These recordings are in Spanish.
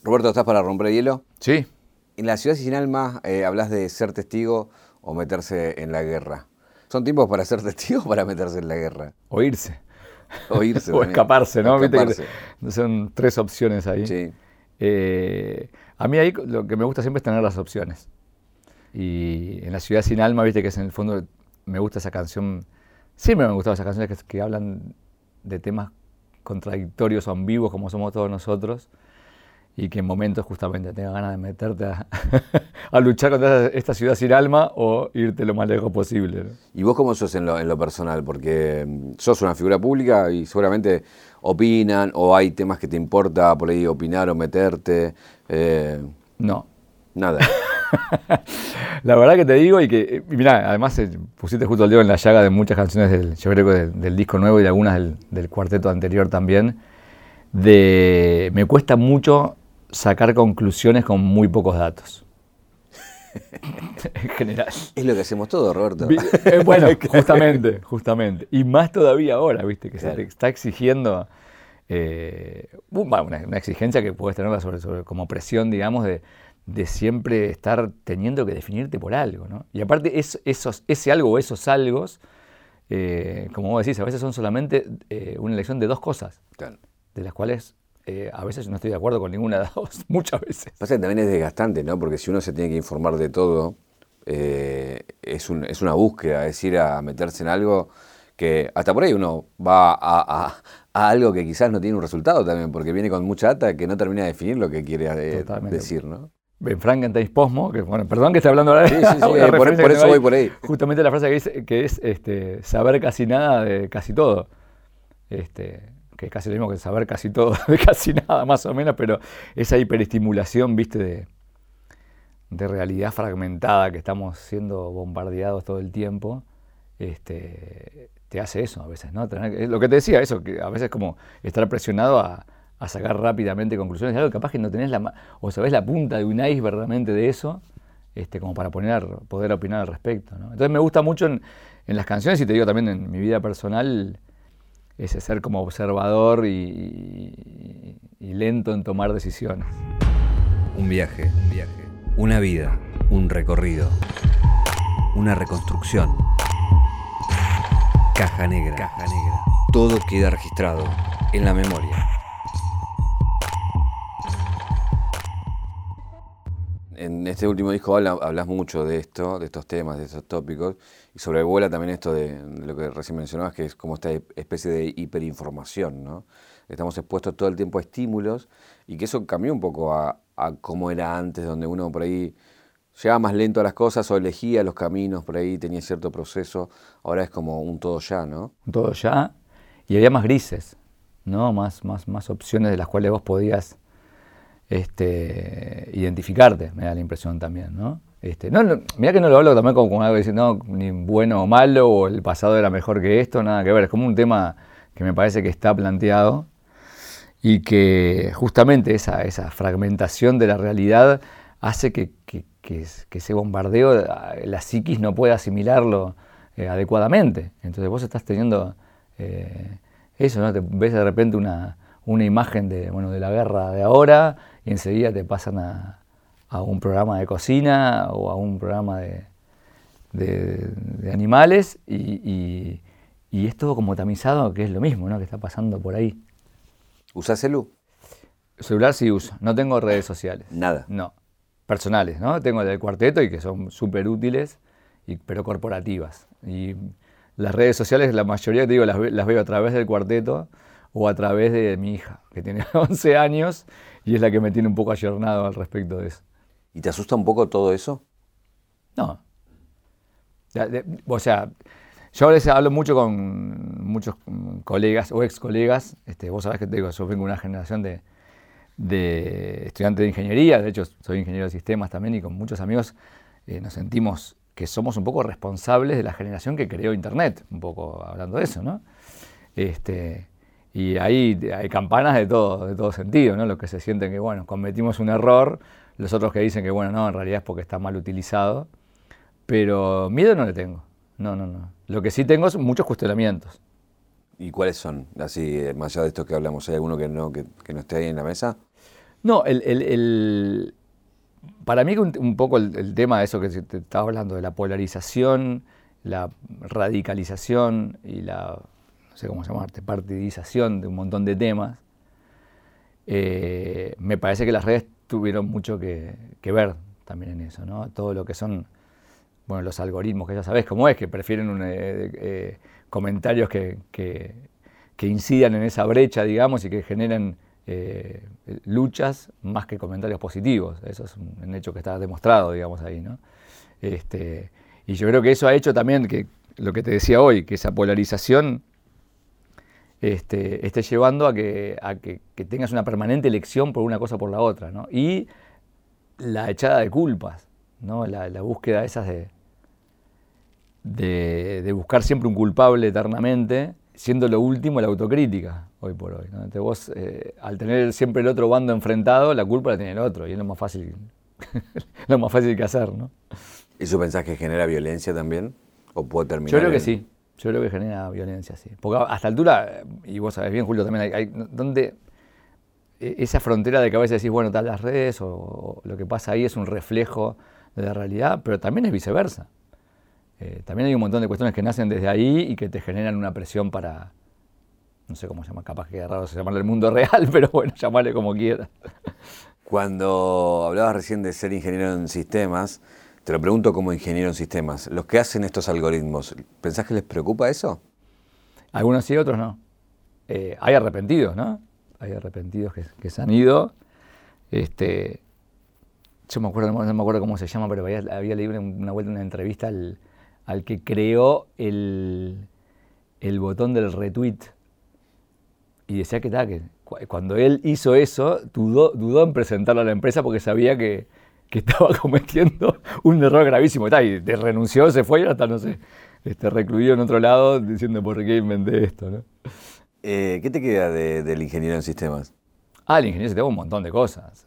Roberto, ¿estás para romper el hielo? Sí. En La ciudad sin alma hablas de ser testigo o meterse en la guerra. ¿Son tiempos para ser testigo o para meterse en la guerra? O irse. O irse O también. escaparse, ¿no? O escaparse. Viste que son tres opciones ahí. Sí. A mí ahí lo que me gusta siempre es tener las opciones. Y en La ciudad sin alma, viste que es en el fondo, me gusta esa canción. Siempre me han gustado esas canciones que hablan de temas contradictorios o ambiguos como somos todos nosotros. Y que en momentos justamente tengas ganas de meterte a luchar contra esta ciudad sin alma o irte lo más lejos posible, ¿no? ¿Y vos cómo sos en lo personal? Porque sos una figura pública y seguramente opinan o hay temas que te importa por ahí opinar o meterte. No. Nada. La verdad que te digo y mirá, además pusiste justo el dedo en la llaga de muchas canciones yo creo que del disco nuevo y de algunas del cuarteto anterior también. Me cuesta mucho sacar conclusiones con muy pocos datos. En general. Es lo que hacemos todos, Roberto. Bueno, justamente. Y más todavía ahora, viste, que claro, se te está exigiendo una exigencia que puedes tenerla sobre como presión, digamos, de siempre estar teniendo que definirte por algo, ¿no? Y aparte ese algo o esos algos, como vos decís, a veces son solamente una elección de dos cosas, claro, de las cuales a veces no estoy de acuerdo con ninguna de las dos, muchas veces. Pasa que también es desgastante, ¿no? Porque si uno se tiene que informar de todo, es una búsqueda, es ir a meterse en algo que hasta por ahí uno va a algo que quizás no tiene un resultado también, porque viene con mucha data que no termina de definir lo que quiere decir, ¿no? En Frankenstein's Posmo, que bueno, perdón que esté hablando ahora de por eso voy por ahí. Justamente la frase que es saber casi nada de casi todo. Que es casi lo mismo que saber casi todo de casi nada, más o menos, pero esa hiperestimulación, viste, de realidad fragmentada que estamos siendo bombardeados todo el tiempo, te hace eso a veces, ¿no? Lo que te decía, eso, que a veces como estar presionado a sacar rápidamente conclusiones de algo, capaz que no tenés o sabés la punta de un iceberg realmente de eso, como para poder opinar al respecto, ¿no? Entonces me gusta mucho en las canciones, y te digo también en mi vida personal, ese ser como observador y lento en tomar decisiones. Un viaje, una vida, un recorrido, una reconstrucción. Caja negra. Todo queda registrado en la memoria. En este último disco hablas mucho de estos temas, de estos tópicos, y sobrevuela también esto de lo que recién mencionabas, que es como esta especie de hiperinformación, ¿no? Estamos expuestos todo el tiempo a estímulos, y que eso cambió un poco a cómo era antes, donde uno por ahí llegaba más lento a las cosas o elegía los caminos, por ahí tenía cierto proceso. Ahora es como un todo ya, ¿no? Un todo ya, y había más grises, ¿no? Más opciones de las cuales vos podías identificarte, me da la impresión también, ¿no? Mirá que no lo hablo también como algo de decir, no, ni bueno o malo, o el pasado era mejor que esto, nada que ver. Es como un tema que me parece que está planteado y que justamente esa fragmentación de la realidad hace que ese bombardeo, la psiquis no pueda asimilarlo adecuadamente. Entonces vos estás teniendo eso, ¿no? Te ves de repente una imagen de la guerra de ahora y enseguida te pasan a un programa de cocina o a un programa de animales y es todo como tamizado, que es lo mismo, ¿no? Que está pasando por ahí. ¿Usás celu? Celular sí uso, no tengo redes sociales. Nada. No, personales, ¿no? Tengo el del cuarteto y que son súper útiles, pero corporativas. Y las redes sociales, la mayoría, te digo, las veo a través del cuarteto o a través de mi hija, que tiene 11 años y es la que me tiene un poco ayornado al respecto de eso. ¿Y te asusta un poco todo eso? No. O sea, yo a veces hablo mucho con muchos colegas o ex colegas. Vos sabés que te digo, yo vengo de una generación de estudiantes de ingeniería, de hecho soy ingeniero de sistemas también, y con muchos amigos nos sentimos que somos un poco responsables de la generación que creó Internet, un poco hablando de eso, ¿no? Y ahí hay campanas de todo sentido, ¿no? Los que se sienten que, bueno, cometimos un error, los otros que dicen que, bueno, no, en realidad es porque está mal utilizado, pero miedo no le tengo, no. Lo que sí tengo son muchos cuestionamientos. ¿Y cuáles son? Así, más allá de esto que hablamos, ¿hay alguno que no esté ahí en la mesa? No, para mí un poco el tema de eso que te estaba hablando, de la polarización, la radicalización y la, no sé cómo llamarte, partidización de un montón de temas, me parece que las redes tuvieron mucho que ver también en eso, ¿no? Todo lo que son, bueno, los algoritmos, que ya sabés cómo es, que prefieren comentarios que incidan en esa brecha, digamos, y que generen luchas más que comentarios positivos. Eso es un hecho que está demostrado, digamos, ahí, ¿no? Y yo creo que eso ha hecho también que, lo que te decía hoy, que esa polarización esté llevando a que tengas una permanente elección por una cosa o por la otra, ¿no? Y la echada de culpas, ¿no? La búsqueda esas de buscar siempre un culpable eternamente, siendo lo último la autocrítica, hoy por hoy, ¿no? Entonces vos, al tener siempre el otro bando enfrentado, la culpa la tiene el otro, y es lo más fácil, lo más fácil que hacer, ¿no? ¿Eso pensás que genera violencia también? ¿O puede terminar? Yo creo que sí, yo creo que genera violencia, sí. Porque a esta altura, y vos sabés bien, Julio, también hay donde esa frontera de que a veces decís, bueno, tal las redes o lo que pasa ahí es un reflejo de la realidad, pero también es viceversa. También hay un montón de cuestiones que nacen desde ahí y que te generan una presión para, no sé cómo se llama, capaz que es raro llamarle el mundo real, pero bueno, llamarle como quieras. Cuando hablabas recién de ser ingeniero en sistemas, te lo pregunto como ingeniero en sistemas, los que hacen estos algoritmos, ¿pensás que les preocupa eso? Algunos sí, otros no. Hay arrepentidos, ¿no? Hay arrepentidos que se han ido. Yo me acuerdo, no me acuerdo cómo se llama, pero había leído una vuelta una entrevista al que creó el botón del retweet. Y decía que cuando él hizo eso, dudó en presentarlo a la empresa porque sabía que estaba cometiendo un error gravísimo. Y renunció, se fue y hasta, no sé, recluido en otro lado diciendo por qué inventé esto, ¿no? ¿Qué te queda del ingeniero en sistemas? El ingeniero en sistemas, un montón de cosas.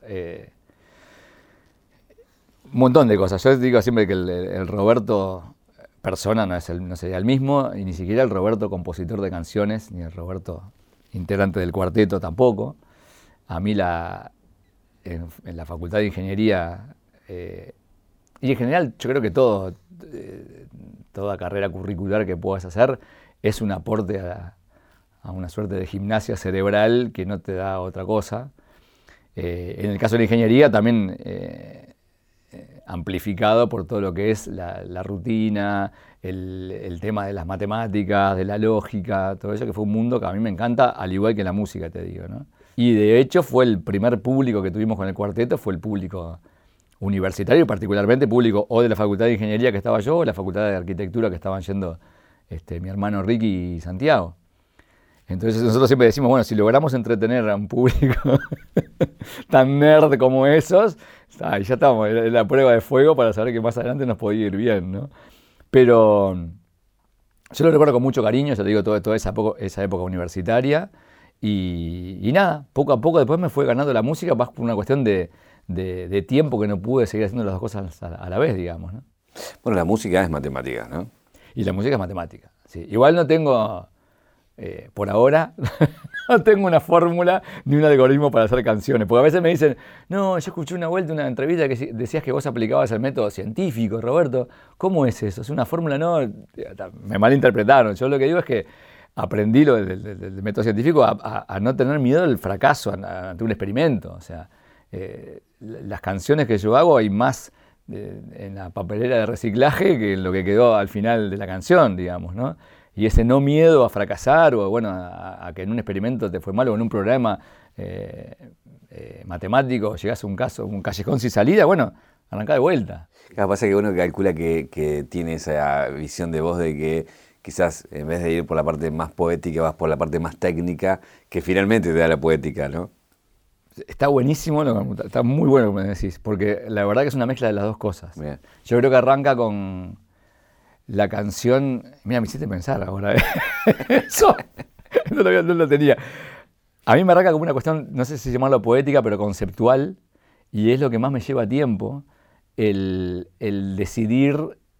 Un montón de cosas. Yo digo siempre que el Roberto persona no sería el mismo, y ni siquiera el Roberto compositor de canciones, ni el Roberto integrante del cuarteto tampoco. A mí en la Facultad de Ingeniería, y en general yo creo que toda carrera curricular que puedas hacer es un aporte a una suerte de gimnasia cerebral que no te da otra cosa. En el caso de la ingeniería también amplificado por todo lo que es la rutina, el tema de las matemáticas, de la lógica, todo eso, que fue un mundo que a mí me encanta, al igual que la música, te digo, ¿no? Y de hecho fue el primer público que tuvimos con el cuarteto, fue el público universitario, particularmente público o de la Facultad de Ingeniería que estaba yo, o la Facultad de Arquitectura que estaban yendo mi hermano Ricky y Santiago. Entonces nosotros siempre decimos, bueno, si logramos entretener a un público tan nerd como esos, ya estamos, es la prueba de fuego para saber que más adelante nos podía ir bien, ¿no? Pero yo lo recuerdo con mucho cariño, ya te digo, toda esa época universitaria, y nada, poco a poco después me fue ganando la música, más por una cuestión de tiempo que no pude seguir haciendo las dos cosas a la vez, digamos, ¿no? Bueno, la música es matemática, ¿no? Y la música es matemática, sí. Igual no tengo... por ahora no tengo una fórmula ni un algoritmo para hacer canciones, porque a veces me dicen, no, yo escuché una entrevista que decías que vos aplicabas el método científico, Roberto, ¿cómo es eso? ¿Es una fórmula? No, me malinterpretaron. Yo lo que digo es que aprendí lo del método científico a no tener miedo al fracaso ante un experimento. O sea, las canciones que yo hago hay más en la papelera de reciclaje que en lo que quedó al final de la canción, digamos, ¿no? Y ese no miedo a fracasar o bueno, a que en un experimento te fue mal o en un programa matemático llegás a un callejón sin salida, bueno, arrancá de vuelta. Claro, pasa que uno calcula que tiene esa visión de vos de que quizás en vez de ir por la parte más poética vas por la parte más técnica que finalmente te da la poética, ¿no? Está buenísimo, está muy bueno lo que me decís, porque la verdad que es una mezcla de las dos cosas. Bien. Yo creo que arranca con... la canción, mira, me hiciste pensar ahora, eso no lo tenía. A mí me arranca como una cuestión, no sé si llamarlo poética, pero conceptual, y es lo que más me lleva tiempo, el decidir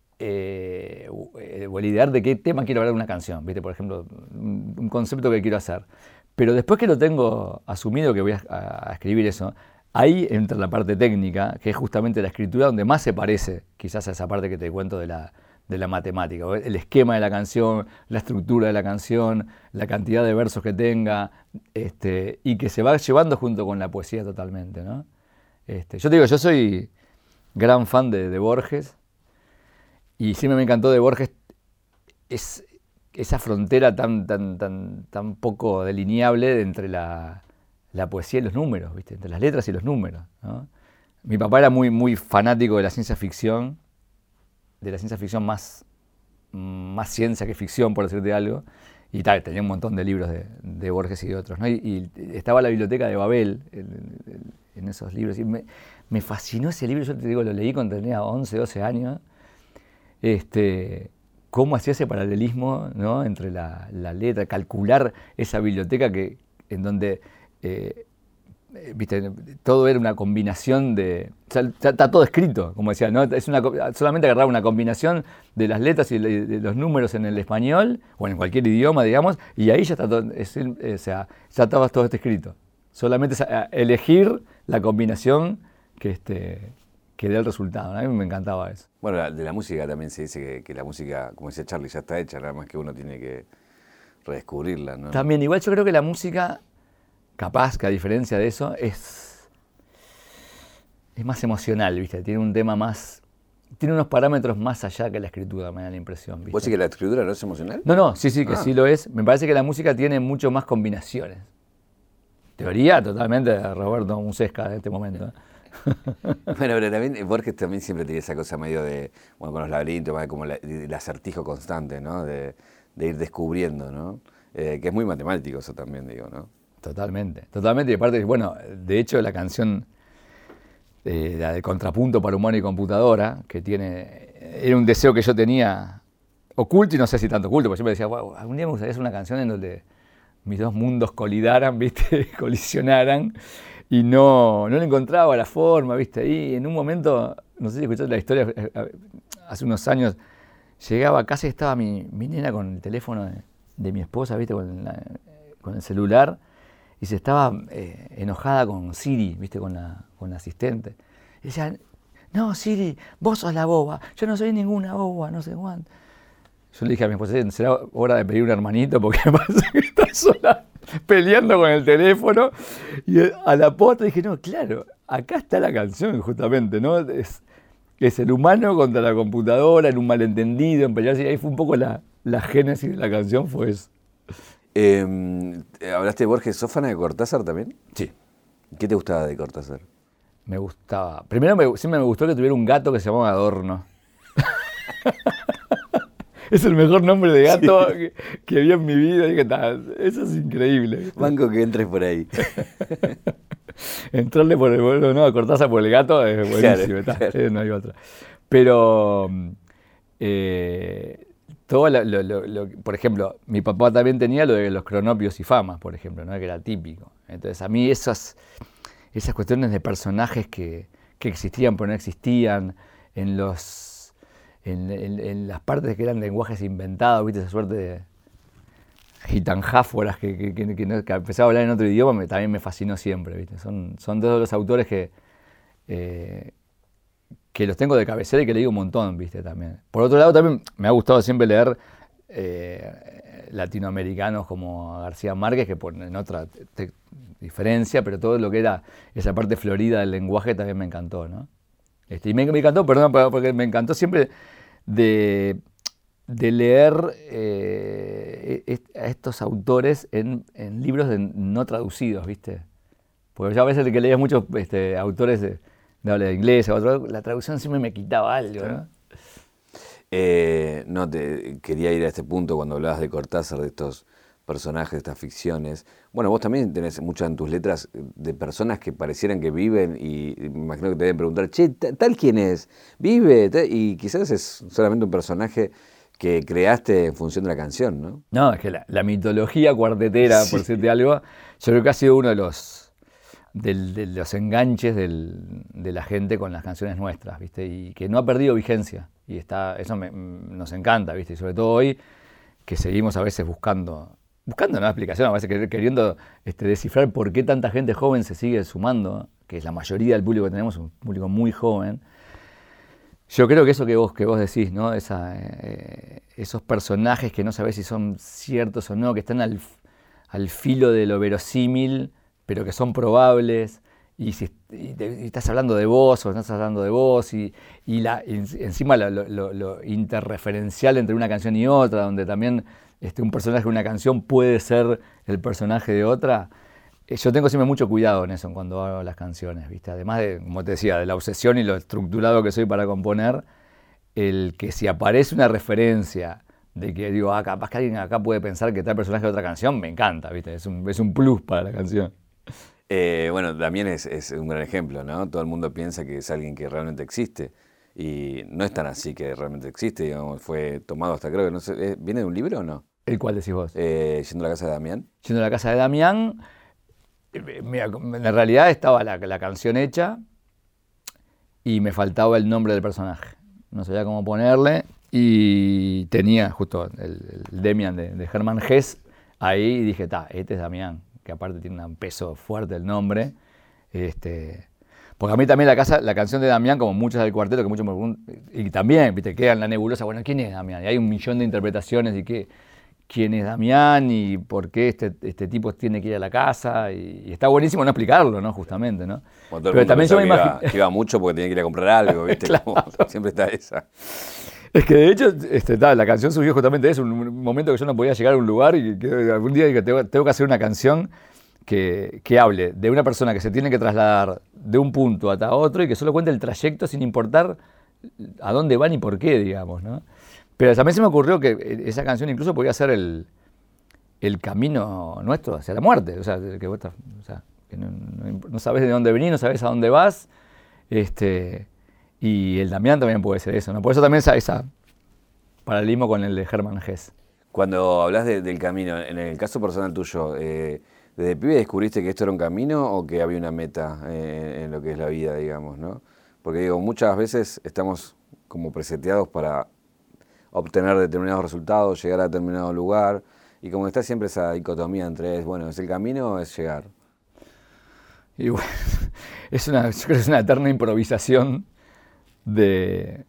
o el idear de qué tema quiero hablar de una canción, ¿viste? Por ejemplo, un concepto que quiero hacer. Pero después que lo tengo asumido que voy a escribir eso, ahí entra la parte técnica, que es justamente la escritura donde más se parece quizás a esa parte que te cuento de la matemática. El esquema de la canción, la estructura de la canción, la cantidad de versos que tenga, y que se va llevando junto con la poesía totalmente, ¿no? Yo te digo, yo soy gran fan de Borges, y siempre me encantó de Borges esa frontera tan poco delineable entre la poesía y los números, ¿viste? Entre las letras y los números, ¿no? Mi papá era muy fanático de la ciencia ficción más ciencia que ficción, por decirte algo, y tal, tenía un montón de libros de Borges y de otros, ¿no? Y estaba la biblioteca de Babel en esos libros, y me fascinó ese libro. Yo te digo, lo leí cuando tenía 11, 12 años, cómo hacía ese paralelismo, ¿no? Entre la letra, calcular esa biblioteca en donde viste, todo era una combinación de... O sea, está todo escrito, como decía, ¿no? Solamente agarraba una combinación de las letras y de los números en el español, o en cualquier idioma, digamos, y ahí ya está todo, ya estaba todo escrito. Solamente elegir la combinación que dé el resultado, ¿no? A mí me encantaba eso. Bueno, de la música también se dice que la música, como decía Charlie, ya está hecha, nada más que uno tiene que redescubrirla, ¿no? También, igual yo creo que la música, capaz que a diferencia de eso, es más emocional, ¿viste? Tiene un tema más... Tiene unos parámetros más allá que la escritura, me da la impresión, ¿viste? ¿Vos decís que la escritura no es emocional? No, sí, que sí lo es. Me parece que la música tiene mucho más combinaciones. Teoría totalmente de Roberto Musesca en este momento. Bueno, pero también Borges también siempre tiene esa cosa medio de, bueno, con los laberintos, como el acertijo constante, ¿no? De ir descubriendo, ¿no? Que es muy matemático eso también, digo, ¿no? Totalmente. Y aparte, bueno, de hecho la canción, la de Contrapunto para Humano y Computadora, era un deseo que yo tenía oculto, y no sé si tanto oculto, porque yo me decía, wow, algún día me gustaría hacer una canción en donde mis dos mundos colidaran, ¿viste? Colisionaran, y no le encontraba la forma, ¿viste? Y en un momento, no sé si escuchaste la historia, hace unos años, llegaba a casa y estaba mi nena con el teléfono de mi esposa, ¿viste? Con el celular, y se estaba enojada con Siri, ¿viste? Con la asistente. Y decía, no, Siri, vos sos la boba, yo no soy ninguna boba, no sé cuánto. Yo le dije a mi esposa, será hora de pedir un hermanito porque me parece que está sola peleando con el teléfono. Y a la posta dije, no, claro, acá está la canción justamente, ¿no? Es el humano contra la computadora, en un malentendido, en pelearse. Y ahí fue un poco la génesis de la canción, fue eso. ¿Hablaste de Borges? ¿Sos fan de Cortázar también? Sí. ¿Qué te gustaba de Cortázar? Me gustaba. Primero siempre me gustó que tuviera un gato que se llamaba Adorno. Es el mejor nombre de gato que vi en mi vida. Dije, eso es increíble. Banco que entres por ahí. Entrarle por a Cortázar por el gato es buenísimo. Claro. No hay otra. Pero todo por ejemplo, mi papá también tenía lo de los cronopios y famas, por ejemplo, ¿no? Que era típico. Entonces a mí esas cuestiones de personajes que existían pero no existían, en las partes que eran lenguajes inventados, ¿viste? Esa suerte de gitanjáforas que empezaba a hablar en otro idioma, también me fascinó siempre, ¿viste? Son todos los autores que los tengo de cabecera y que leí un montón, ¿viste? También. Por otro lado, también me ha gustado siempre leer latinoamericanos como García Márquez, que en otra diferencia, pero todo lo que era esa parte florida del lenguaje también me encantó, ¿no? Y me encantó, perdón, porque me encantó siempre de leer a estos autores en libros no traducidos, ¿viste? Porque yo a veces que leía muchos autores de habla de inglés, la traducción siempre me quitaba algo, ¿no? Quería ir a este punto cuando hablabas de Cortázar, de estos personajes, de estas ficciones. Bueno, vos también tenés muchas en tus letras de personas que parecieran que viven y me imagino que te deben preguntar, che, ¿tal quién es? ¿Vive? Y quizás es solamente un personaje que creaste en función de la canción, ¿no? No, es que la mitología cuartetera, por decirte algo, yo creo que ha sido uno de los enganches de la gente con las canciones nuestras, ¿viste? Y que no ha perdido vigencia. Y eso nos encanta, ¿viste? Y sobre todo hoy, que seguimos a veces buscando una explicación, a veces queriendo descifrar por qué tanta gente joven se sigue sumando que es la mayoría del público que tenemos, un público muy joven, yo creo que eso que vos decís, ¿no? Esos personajes que no sabés si son ciertos o no, que están al filo de lo verosímil, pero que son probables, y estás hablando de vos o no estás hablando de vos, y encima lo interreferencial entre una canción y otra, donde también un personaje de una canción puede ser el personaje de otra. Yo tengo siempre mucho cuidado en eso cuando hago las canciones, ¿viste? Además de, como te decía, de la obsesión y lo estructurado que soy para componer, el que si aparece una referencia de que digo, capaz que alguien acá puede pensar que tal personaje de otra canción, me encanta, ¿viste? Es un plus para la canción. Bueno, Damián es un gran ejemplo, ¿no? Todo el mundo piensa que es alguien que realmente existe y no es tan así que realmente existe, digamos, fue tomado hasta, creo que no sé, ¿viene de un libro o no? ¿El cuál decís vos? Yendo a la casa de Damián. Yendo a la casa de Damián. Mira, en realidad estaba la canción hecha y me faltaba el nombre del personaje. No sabía cómo ponerle y tenía justo el Demian de Hermann Hesse ahí y dije, este es Damián, que aparte tiene un peso fuerte el nombre. Porque a mí también la canción de Damián, como muchas del cuarteto, que muchos me preguntan, y también, viste, queda en la nebulosa, bueno, ¿quién es Damián? Y hay un millón de interpretaciones de quién es Damián y por qué este tipo tiene que ir a la casa, y está buenísimo no explicarlo, ¿no? Justamente, ¿no? Pero también yo me imagino que iba mucho porque tenía que ir a comprar algo, ¿viste? Claro. Como, siempre está esa. Es que de hecho la canción surgió justamente de eso, un momento que yo no podía llegar a un lugar y que algún día dije, tengo que hacer una canción que hable de una persona que se tiene que trasladar de un punto hasta otro y que solo cuente el trayecto sin importar a dónde van y por qué, digamos, ¿no? Pero también se me ocurrió que esa canción incluso podía ser el camino nuestro hacia la muerte. O sea, que no sabes de dónde venís, no sabes a dónde vas. Y el Damián también puede ser eso, ¿no? Por eso también esa paralelismo con el de Hermann Hesse. Cuando hablas del camino, en el caso personal tuyo, ¿desde pibe descubriste que esto era un camino o que había una meta en lo que es la vida, digamos, ¿no? Porque digo, muchas veces estamos como preseteados para obtener determinados resultados, llegar a determinado lugar, y como está siempre esa dicotomía entre, ¿es el camino o es llegar? Y bueno, yo creo que es una eterna improvisación de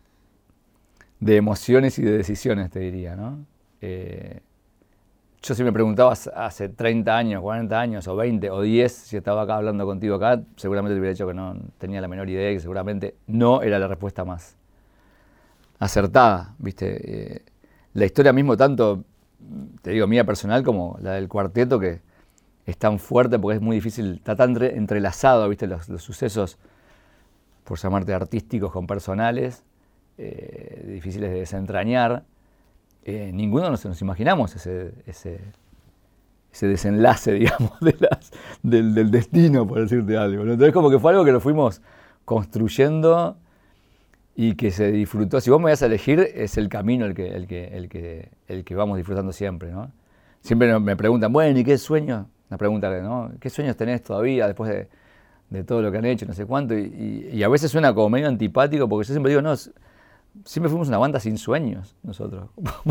emociones y de decisiones, te diría, ¿no? Yo si me preguntabas hace 30 años, 40 años, o 20, o 10, si estaba acá hablando contigo acá, seguramente te hubiera dicho que no tenía la menor idea y que seguramente no era la respuesta más acertada, ¿viste? La historia mismo, tanto, te digo, mía personal como la del cuarteto, que es tan fuerte porque es muy difícil, está tan entrelazado, ¿viste? Los sucesos, por llamarte artísticos con personales, difíciles de desentrañar. Ninguno nos imaginamos ese desenlace, digamos, del destino, por decirte algo, ¿no? Entonces como que fue algo que lo fuimos construyendo y que se disfrutó. Si vos me vas a elegir, es el camino el que vamos disfrutando siempre, ¿no? Siempre me preguntan, bueno, ¿y qué sueños? Una pregunta, ¿no? ¿Qué sueños tenés todavía después de todo lo que han hecho, no sé cuánto? Y a veces suena como medio antipático, porque yo siempre digo, no, siempre fuimos una banda sin sueños, nosotros.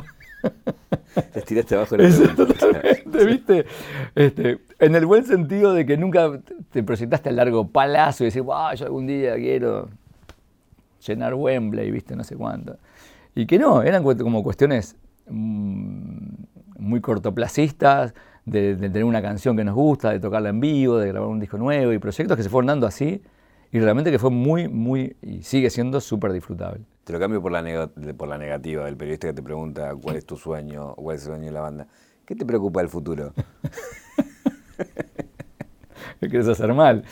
Te tiraste abajo de la pregunta. Totalmente, ¿viste? En el buen sentido de que nunca te proyectaste a largo plazo y decís, wow, yo algún día quiero llenar Wembley, ¿viste? No sé cuánto. Y que no, eran como cuestiones muy cortoplacistas, de tener una canción que nos gusta, de tocarla en vivo, de grabar un disco nuevo, y proyectos que se fueron dando así, y realmente que fue muy, y sigue siendo súper disfrutable. Te lo cambio por la negativa del periodista que te pregunta cuál es tu sueño, o cuál es el sueño de la banda. ¿Qué te preocupa del futuro? ¿Me quieres hacer mal?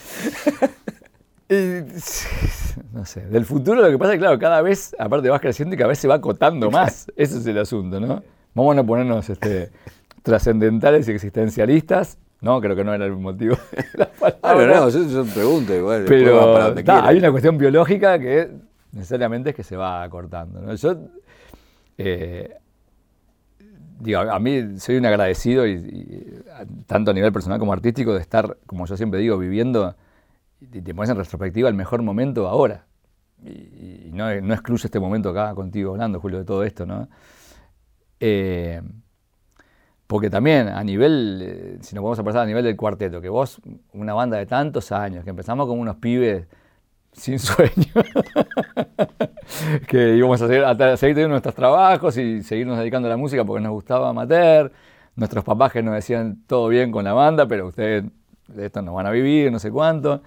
No sé, del futuro lo que pasa es que, claro, cada vez, aparte vas creciendo y cada vez se va acotando más. Ese es el asunto, ¿no? Vamos a no ponernos trascendentales y existencialistas. No, creo que no era el motivo de la palabra. No, yo pregunto igual. Pero para donde hay una cuestión biológica que necesariamente es que se va acortando, ¿no? Yo, digo, a mí soy un agradecido, y tanto a nivel personal como artístico, de estar, como yo siempre digo, viviendo, y te pones en retrospectiva, el mejor momento ahora. Y no excluyo este momento acá contigo hablando, Julio, de todo esto, ¿no? Porque también a nivel, si nos podemos pasar a nivel del cuarteto, que vos, una banda de tantos años, que empezamos como unos pibes sin sueño, que íbamos a seguir teniendo nuestros trabajos y seguirnos dedicando a la música porque nos gustaba amateur, nuestros papás que nos decían todo bien con la banda, pero ustedes de esto no van a vivir, no sé cuánto,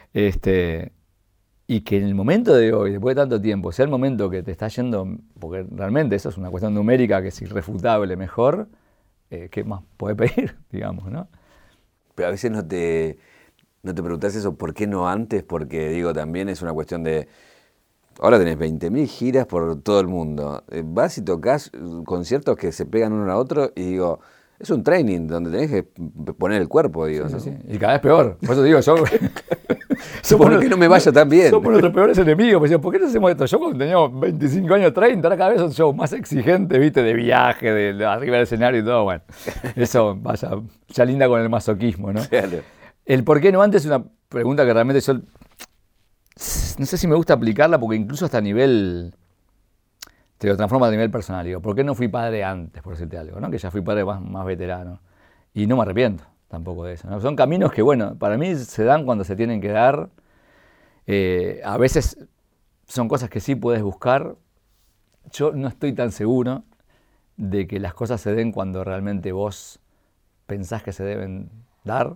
y que en el momento de hoy, después de tanto tiempo, sea el momento que te está yendo, porque realmente eso es una cuestión numérica que es irrefutable, mejor, ¿qué más podés pedir, digamos, no? Pero a veces no te preguntás eso, ¿por qué no antes? Porque, digo, también es una cuestión de... Ahora tenés 20.000 giras por todo el mundo. Vas y tocas conciertos que se pegan uno a otro y digo, es un training donde tenés que poner el cuerpo, digo. Sí, ¿no? sí, sí. Y cada vez peor. Por eso digo, yo... ¿Por qué no me vaya tan bien? Somos nuestros peores enemigos. Pues, ¿por qué no hacemos esto? Yo cuando teníamos 25 años, 30, ahora cada vez son shows más exigentes, ¿viste? De viaje, de arriba del escenario y todo. Bueno, eso vaya, ya linda con el masoquismo, ¿no? Claro. El por qué no antes es una pregunta que realmente yo no sé si me gusta aplicarla porque incluso hasta a nivel, te lo transforma a nivel personal. Digo, ¿por qué no fui padre antes, por decirte algo, ¿no? Que ya fui padre más veterano. Y no me arrepiento tampoco de eso, ¿no? Son caminos que, bueno, para mí se dan cuando se tienen que dar. A veces son cosas que sí puedes buscar. Yo no estoy tan seguro de que las cosas se den cuando realmente vos pensás que se deben dar.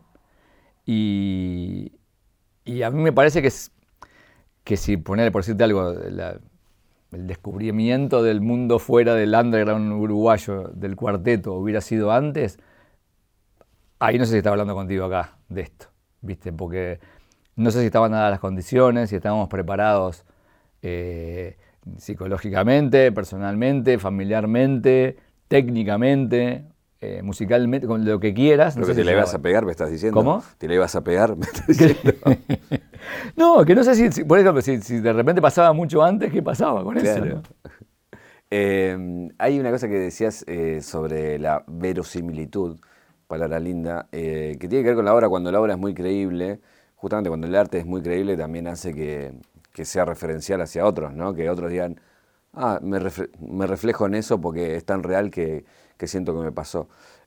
Y a mí me parece que si ponerle, por decirte algo, el descubrimiento del mundo fuera del underground uruguayo, del cuarteto, hubiera sido antes, ahí no sé si estaba hablando contigo acá de esto, ¿viste? Porque no sé si estaban dadas las condiciones, si estábamos preparados psicológicamente, personalmente, familiarmente, técnicamente, musicalmente, con lo que quieras. Lo que te le ibas a pegar, me estás diciendo. ¿Cómo? Te le ibas a pegar, me estás diciendo. No, que no sé si por ejemplo, si de repente pasaba mucho antes, ¿qué pasaba con Claro. eso? Hay una cosa que decías sobre la verosimilitud, palabra linda, que tiene que ver con la obra. Cuando la obra es muy creíble, justamente cuando el arte es muy creíble, también hace que sea referencial hacia otros, ¿no? Que otros digan, me reflejo en eso porque es tan real que siento que me pasó.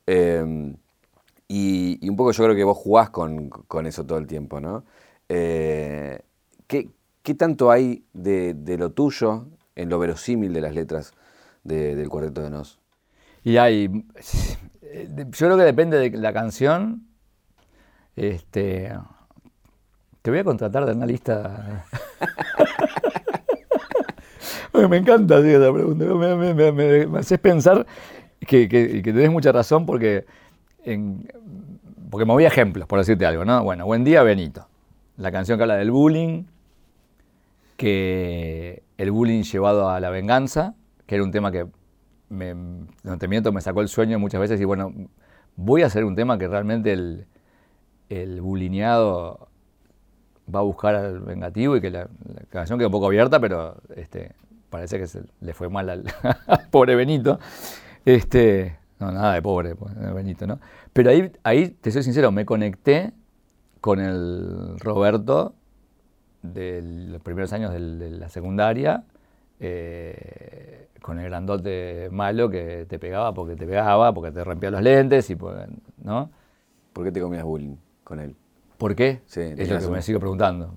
Y un poco yo creo que vos jugás con eso todo el tiempo, ¿no? ¿Qué tanto hay de lo tuyo en lo verosímil de las letras del Cuarteto de Nos? Y yo creo que depende de la canción. Te voy a contratar de analista. Me encanta esa pregunta. Me haces pensar que tenés mucha razón porque me voy a ejemplos, por decirte algo, ¿no? Bueno, Buen Día, Benito. La canción que habla del bullying, que el bullying llevado a la venganza, que era un tema que, no te miento, me sacó el sueño muchas veces y bueno, voy a hacer un tema que realmente el bullineado va a buscar al vengativo y que la canción quedó un poco abierta, pero parece que le fue mal al pobre Benito. No, nada de pobre Benito, ¿no? Pero ahí, te soy sincero, me conecté con el Roberto de los primeros años de la secundaria, con el grandote malo que te pegaba, porque te rompía los lentes, ¿no? ¿Por qué te comías bullying con él? ¿Por qué? Sí, es lo que me sigo preguntando.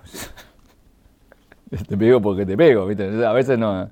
Te pego porque te pego, ¿viste? A veces no.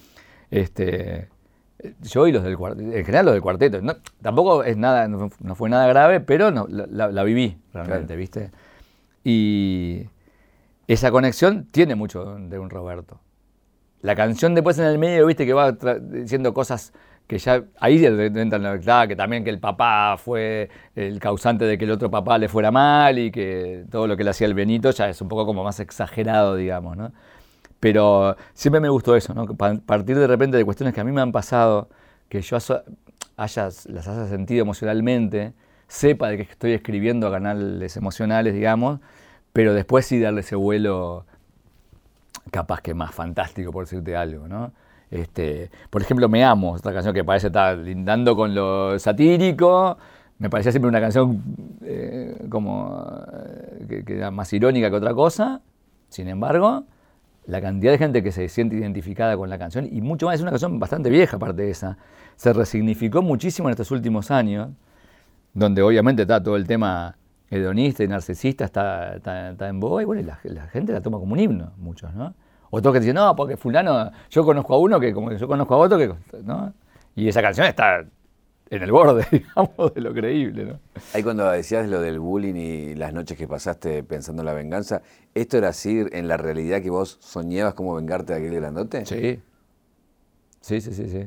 Yo y los del cuarteto, en general los del cuarteto, no, tampoco es nada, no fue nada grave, pero no, la viví realmente, claro. ¿Viste? Y esa conexión tiene mucho de un Roberto. La canción después en el medio, viste, que va diciendo cosas que ya, ahí entra la verdad, que también que el papá fue el causante de que el otro papá le fuera mal y que todo lo que le haya el Benito ya es un poco como más exagerado, digamos, ¿no? Pero siempre me gustó eso, ¿no? Partir de repente de cuestiones que a mí me han pasado, que yo las haya sentido emocionalmente, sepa de que estoy escribiendo a canales emocionales, digamos, pero después sí darle ese vuelo capaz que más fantástico, por decirte algo, ¿no? Por ejemplo, Me Amo, otra canción que parece estar lindando con lo satírico, me parecía siempre una canción que era más irónica que otra cosa, sin embargo, la cantidad de gente que se siente identificada con la canción, y mucho más, es una canción bastante vieja aparte de esa, se resignificó muchísimo en estos últimos años, donde obviamente está todo el tema hedonista y narcisista, está en boga, y bueno, la gente la toma como un himno, muchos, ¿no? Otros que dicen, no, porque fulano, yo conozco a uno que como yo conozco a otro que, ¿no? Y esa canción está en el borde, digamos, de lo creíble, ¿no? Ahí cuando decías lo del bullying y las noches que pasaste pensando en la venganza, ¿esto era así en la realidad que vos soñabas cómo vengarte de aquel grandote? Sí. Sí.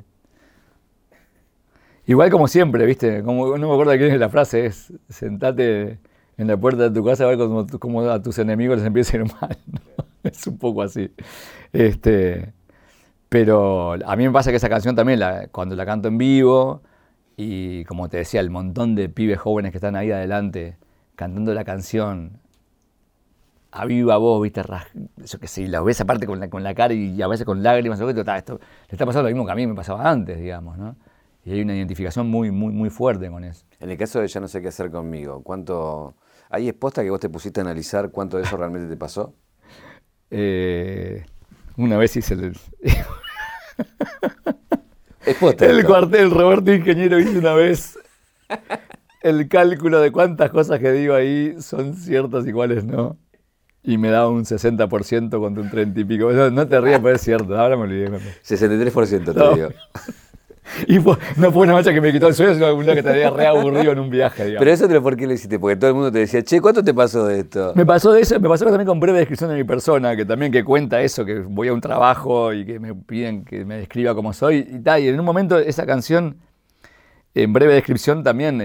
Igual como siempre, ¿viste? Como, no me acuerdo de quién es la frase, es sentate en la puerta de tu casa a ver cómo a tus enemigos les empieza a ir mal, ¿no? Es un poco así. Pero a mí me pasa que esa canción también, cuando la canto en vivo, y como te decía, el montón de pibes jóvenes que están ahí adelante cantando la canción a viva voz, ¿viste? Yo qué sé, y la ves aparte con la cara y a veces con lágrimas, esto le está pasando lo mismo que a mí me pasaba antes, digamos, ¿no? Y hay una identificación muy, muy, muy fuerte con eso. En el caso de Ya no sé qué hacer conmigo, ¿hay exposta que vos te pusiste a analizar cuánto de eso realmente te pasó? Una vez hice el cuartel, Roberto Ingeniero hizo una vez el cálculo de cuántas cosas que digo ahí son ciertas y cuáles no. Y me daba un 60% contra un 30 y pico. No te rías, pero es cierto, ahora me olvidé. 63% te no. digo. Y no fue una noche que me quitó el sueño, sino una que te había reaburrido en un viaje, digamos. Pero eso ¿por qué lo hiciste? Porque todo el mundo te decía, che, ¿cuánto te pasó de esto? Me pasó de eso, me pasó también con breve descripción de mi persona, que cuenta eso, que voy a un trabajo y que me piden que me describa como soy y tal. Y en un momento esa canción, en breve descripción también,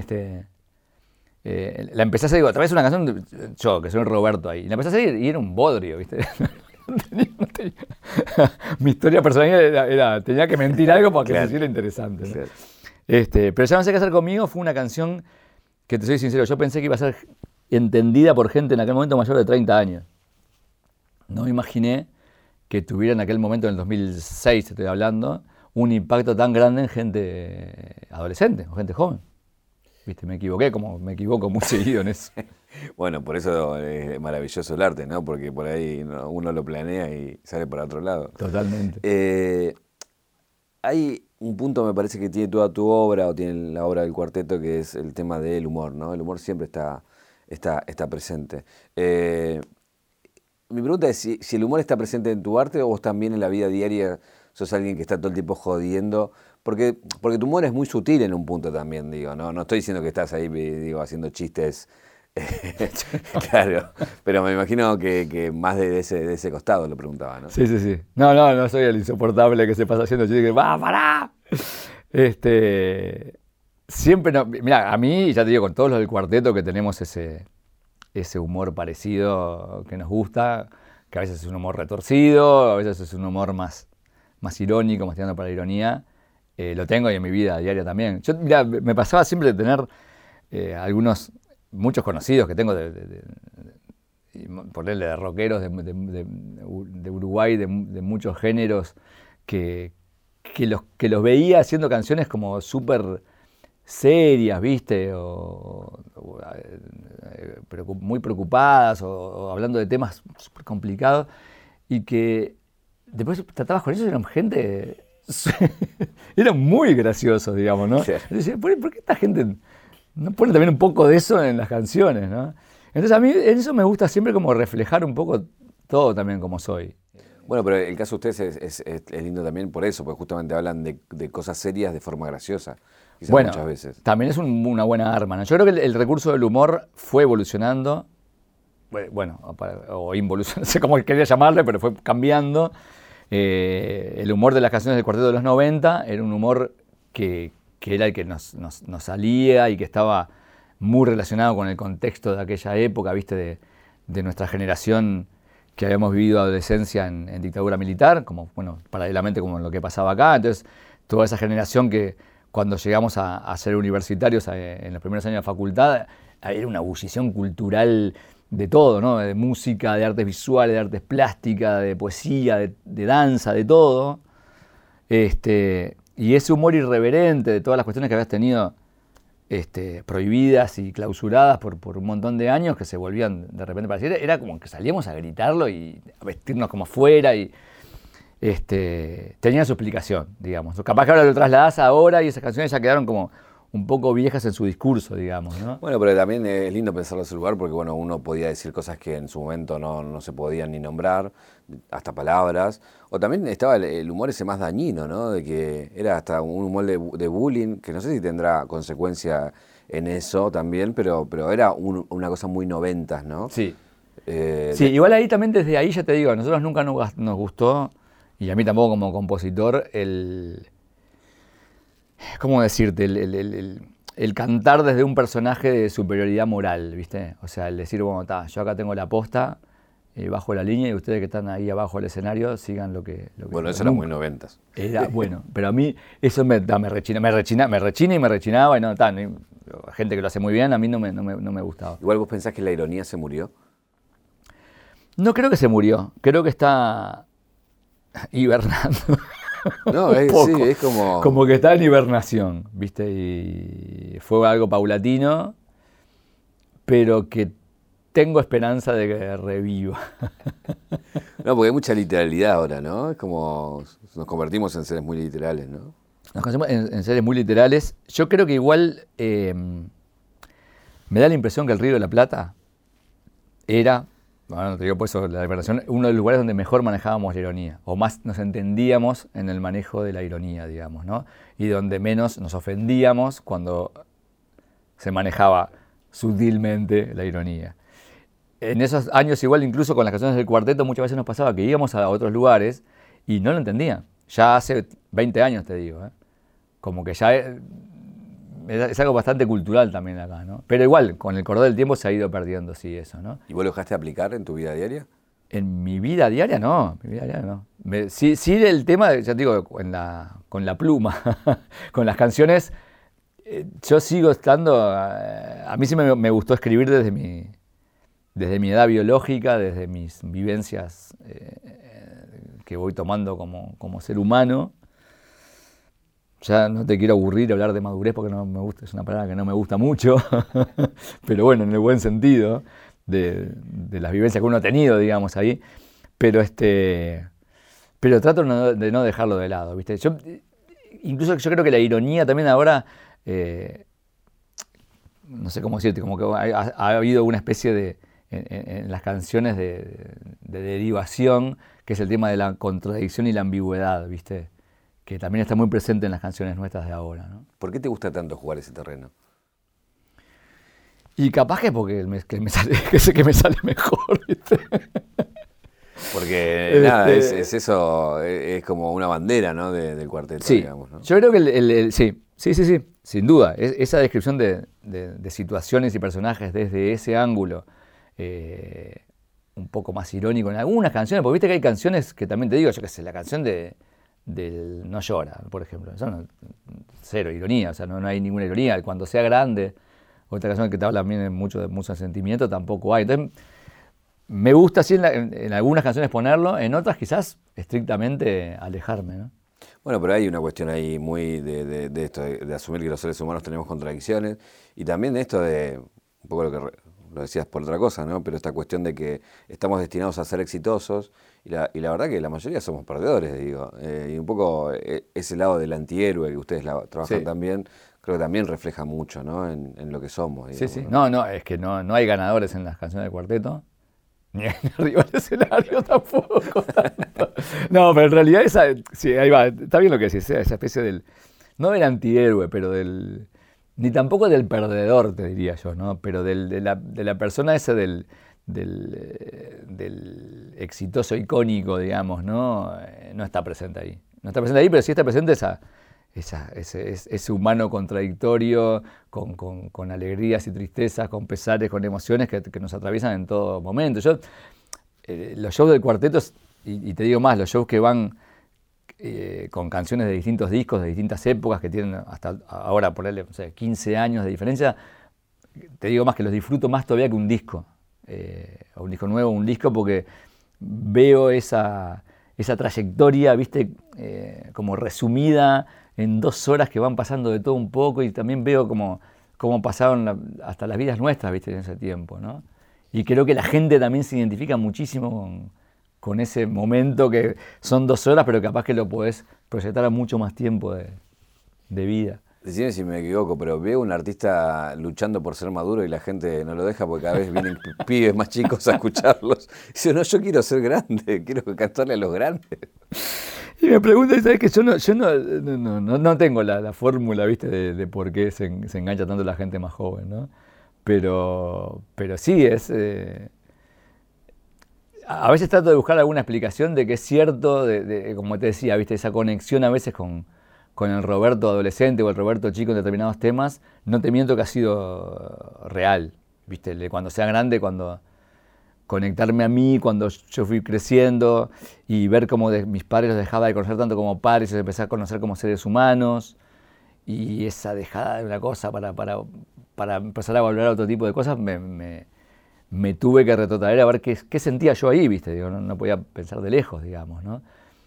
la empecé a hacer, digo, a través de una canción, yo, que soy Roberto ahí, la empecé a hacer y era un bodrio, ¿viste? No tenía. Mi historia personal tenía que mentir algo para que se hiciera interesante, ¿no? Claro. Pero Ya no sé qué hacer conmigo fue una canción que, te soy sincero, yo pensé que iba a ser entendida por gente en aquel momento mayor de 30 años. No me imaginé que tuviera en aquel momento, en el 2006 estoy hablando, un impacto tan grande en gente adolescente o gente joven. ¿Viste? Me equivoqué, como me equivoco muy seguido en eso. Bueno, por eso es maravilloso el arte, ¿no? Porque por ahí uno lo planea y sale para otro lado. Totalmente. Hay un punto, me parece, que tiene toda tu obra, o tiene la obra del cuarteto, que es el tema del humor, ¿no? El humor siempre está presente. Mi pregunta es si el humor está presente en tu arte o vos también en la vida diaria sos alguien que está todo el tiempo jodiendo. Porque tu humor es muy sutil en un punto también, digo, ¿no? No estoy diciendo que estás ahí, digo, haciendo chistes. Claro, pero me imagino que más de ese costado lo preguntaba, ¿no? Sí. No soy el insoportable que se pasa haciendo chistes que ¡va, pará! Siempre no. Mirá, a mí, ya te digo, con todos los del cuarteto que tenemos ese humor parecido que nos gusta, que a veces es un humor retorcido, a veces es un humor más irónico, más tirando para la ironía. Lo tengo y en mi vida diaria también. Yo, mirá, me pasaba siempre de tener muchos conocidos que tengo ponerle de rockeros de Uruguay, de muchos géneros, que los veía haciendo canciones como súper serias, ¿viste? Pero muy preocupadas o hablando de temas súper complicados, y que después tratabas con ellos y eran gente... eran muy graciosos, digamos, ¿no? Sí. Decía, ¿por qué esta gente no pone también un poco de eso en las canciones, ¿no? Entonces a mí en eso me gusta siempre como reflejar un poco todo también como soy. Bueno, pero el caso de ustedes es lindo también por eso, porque justamente hablan de cosas serias de forma graciosa, quizás bueno, muchas veces. También es una buena arma, ¿no? Yo creo que el recurso del humor fue evolucionando, bueno, o involucionando, no sé cómo quería llamarle, pero fue cambiando. El humor de las canciones del Cuarteto de los 90 era un humor que era el que nos salía y que estaba muy relacionado con el contexto de aquella época, ¿viste? De nuestra generación que habíamos vivido adolescencia en dictadura militar, como, bueno, paralelamente como lo que pasaba acá. Entonces, toda esa generación que cuando llegamos a ser universitarios en los primeros años de la facultad, era una ebullición cultural de todo, ¿no? De música, de artes visuales, de artes plásticas, de poesía, de danza, de todo. Y ese humor irreverente de todas las cuestiones que habías tenido prohibidas y clausuradas por un montón de años, que se volvían de repente para decir, era como que salíamos a gritarlo y a vestirnos como fuera y tenía su explicación, digamos. Capaz que ahora lo trasladás ahora y esas canciones ya quedaron como un poco viejas en su discurso, digamos, ¿no? Bueno, pero también es lindo pensarlo en ese lugar porque, bueno, uno podía decir cosas que en su momento no se podían ni nombrar, hasta palabras. O también estaba el humor ese más dañino, ¿no? De que era hasta un humor de bullying, que no sé si tendrá consecuencia en eso también, pero era una cosa muy 90s, ¿no? Sí. Igual ahí también, desde ahí ya te digo, a nosotros nunca nos gustó, y a mí tampoco como compositor, ¿cómo decirte? El cantar desde un personaje de superioridad moral, ¿viste? O sea, el decir, bueno, yo acá tengo la posta, bajo la línea, y ustedes que están ahí abajo del escenario sigan lo que bueno, eso era muy 90s. Era bueno, pero a mí eso me rechina y me rechinaba, y gente que lo hace muy bien, a mí no me gustaba. Igual vos pensás que la ironía se murió. No creo que se murió, creo que está hibernando. No, sí, es como... Como que está en hibernación, ¿viste? Y fue algo paulatino, pero que tengo esperanza de que reviva. No, porque hay mucha literalidad ahora, ¿no? Es como nos convertimos en seres muy literales, ¿no? Nos convertimos en seres muy literales. Yo creo que igual me da la impresión que el Río de la Plata era... Bueno, te digo, pues, la hibernación, uno de los lugares donde mejor manejábamos la ironía, o más nos entendíamos en el manejo de la ironía, digamos, ¿no? Y donde menos nos ofendíamos cuando se manejaba sutilmente la ironía. En esos años, igual, incluso con las canciones del cuarteto, muchas veces nos pasaba que íbamos a otros lugares y no lo entendían. Ya hace 20 años, te digo, ¿eh? Como que ya es algo bastante cultural también acá, ¿no? Pero igual, con el correr del tiempo se ha ido perdiendo, sí, eso, ¿no? ¿Y vos lo dejaste aplicar en tu vida diaria? En mi vida diaria no, sí, el tema, ya te digo, con la pluma, con las canciones, yo sigo estando, a mí sí me gustó escribir desde mi edad biológica, desde mis vivencias que voy tomando como ser humano. Ya no te quiero aburrir hablar de madurez porque no me gusta, es una palabra que no me gusta mucho, pero bueno, en el buen sentido de las vivencias que uno ha tenido, digamos, ahí. Pero trato de no dejarlo de lado, ¿viste? Incluso yo creo que la ironía también ahora, no sé cómo decirte, como que ha habido una especie en las canciones de derivación, que es el tema de la contradicción y la ambigüedad, ¿viste? Que también está muy presente en las canciones nuestras de ahora, ¿no? ¿Por qué te gusta tanto jugar ese terreno? Y capaz que porque que me sale mejor, ¿viste? Porque nada, es eso, es como una bandera, ¿no? Del cuarteto, sí, digamos, ¿no? Yo creo que sí, sin duda. Esa descripción de situaciones y personajes desde ese ángulo, un poco más irónico en algunas canciones, porque viste que hay canciones que también te digo, yo qué sé, la canción del No llora, por ejemplo. Eso cero ironía, o sea, no hay ninguna ironía. Cuando sea grande, otra canción que te habla también mucho sentimiento, tampoco hay. Entonces, me gusta así en algunas canciones ponerlo, en otras quizás estrictamente alejarme, ¿no? Bueno, pero hay una cuestión ahí muy de esto, de asumir que los seres humanos tenemos contradicciones, y también de esto de, un poco lo decías por otra cosa, ¿no? Pero esta cuestión de que estamos destinados a ser exitosos, y la verdad que la mayoría somos perdedores, digo. Y un poco ese lado del antihéroe que ustedes trabajan también, creo que también refleja mucho, ¿no? En lo que somos, digamos, Sí. ¿no? No, es que no hay ganadores en las canciones del cuarteto. Ni arriba del escenario tampoco tanto. No, pero en realidad sí, ahí va, está bien lo que decís, esa especie no del antihéroe, pero ni tampoco del perdedor, te diría yo, ¿no? Pero de la persona esa del exitoso icónico, digamos, ¿no? No está presente ahí. No está presente ahí, pero sí está presente ese humano contradictorio, con alegrías y tristezas, con pesares, con emociones que nos atraviesan en todo momento. Los shows del cuarteto, y te digo más, los shows que van con canciones de distintos discos, de distintas épocas, que tienen hasta ahora, ponerle 15 años de diferencia, te digo más que los disfruto más todavía que un disco, o un disco nuevo, un disco, porque veo esa trayectoria, ¿viste? Como resumida en 2 horas que van pasando de todo un poco, y también veo como cómo pasaron hasta las vidas nuestras, ¿viste? En ese tiempo, ¿no? Y creo que la gente también se identifica muchísimo con ese momento que son 2 horas, pero capaz que lo podés proyectar a mucho más tiempo de vida. Decime si me equivoco, pero veo un artista luchando por ser maduro y la gente no lo deja porque cada vez vienen pibes más chicos a escucharlos. Dice, no, yo quiero ser grande, quiero cantarle a los grandes. Y me preguntan, ¿sabes qué? Yo no tengo la fórmula, ¿viste? De por qué se engancha tanto la gente más joven, ¿no? Pero sí, a veces trato de buscar alguna explicación de que es cierto, como te decía, ¿viste? Esa conexión a veces con el Roberto adolescente o el Roberto chico en determinados temas, no te miento que ha sido real, ¿viste? Cuando sea grande, cuando conectarme a mí, cuando yo fui creciendo y ver cómo mis padres los dejaba de conocer tanto como padres y los empecé a conocer como seres humanos y esa dejada de una cosa para empezar a volver a otro tipo de cosas, me tuve que retrotraer a ver qué sentía yo ahí, ¿viste? Digo, no podía pensar de lejos, digamos, ¿no?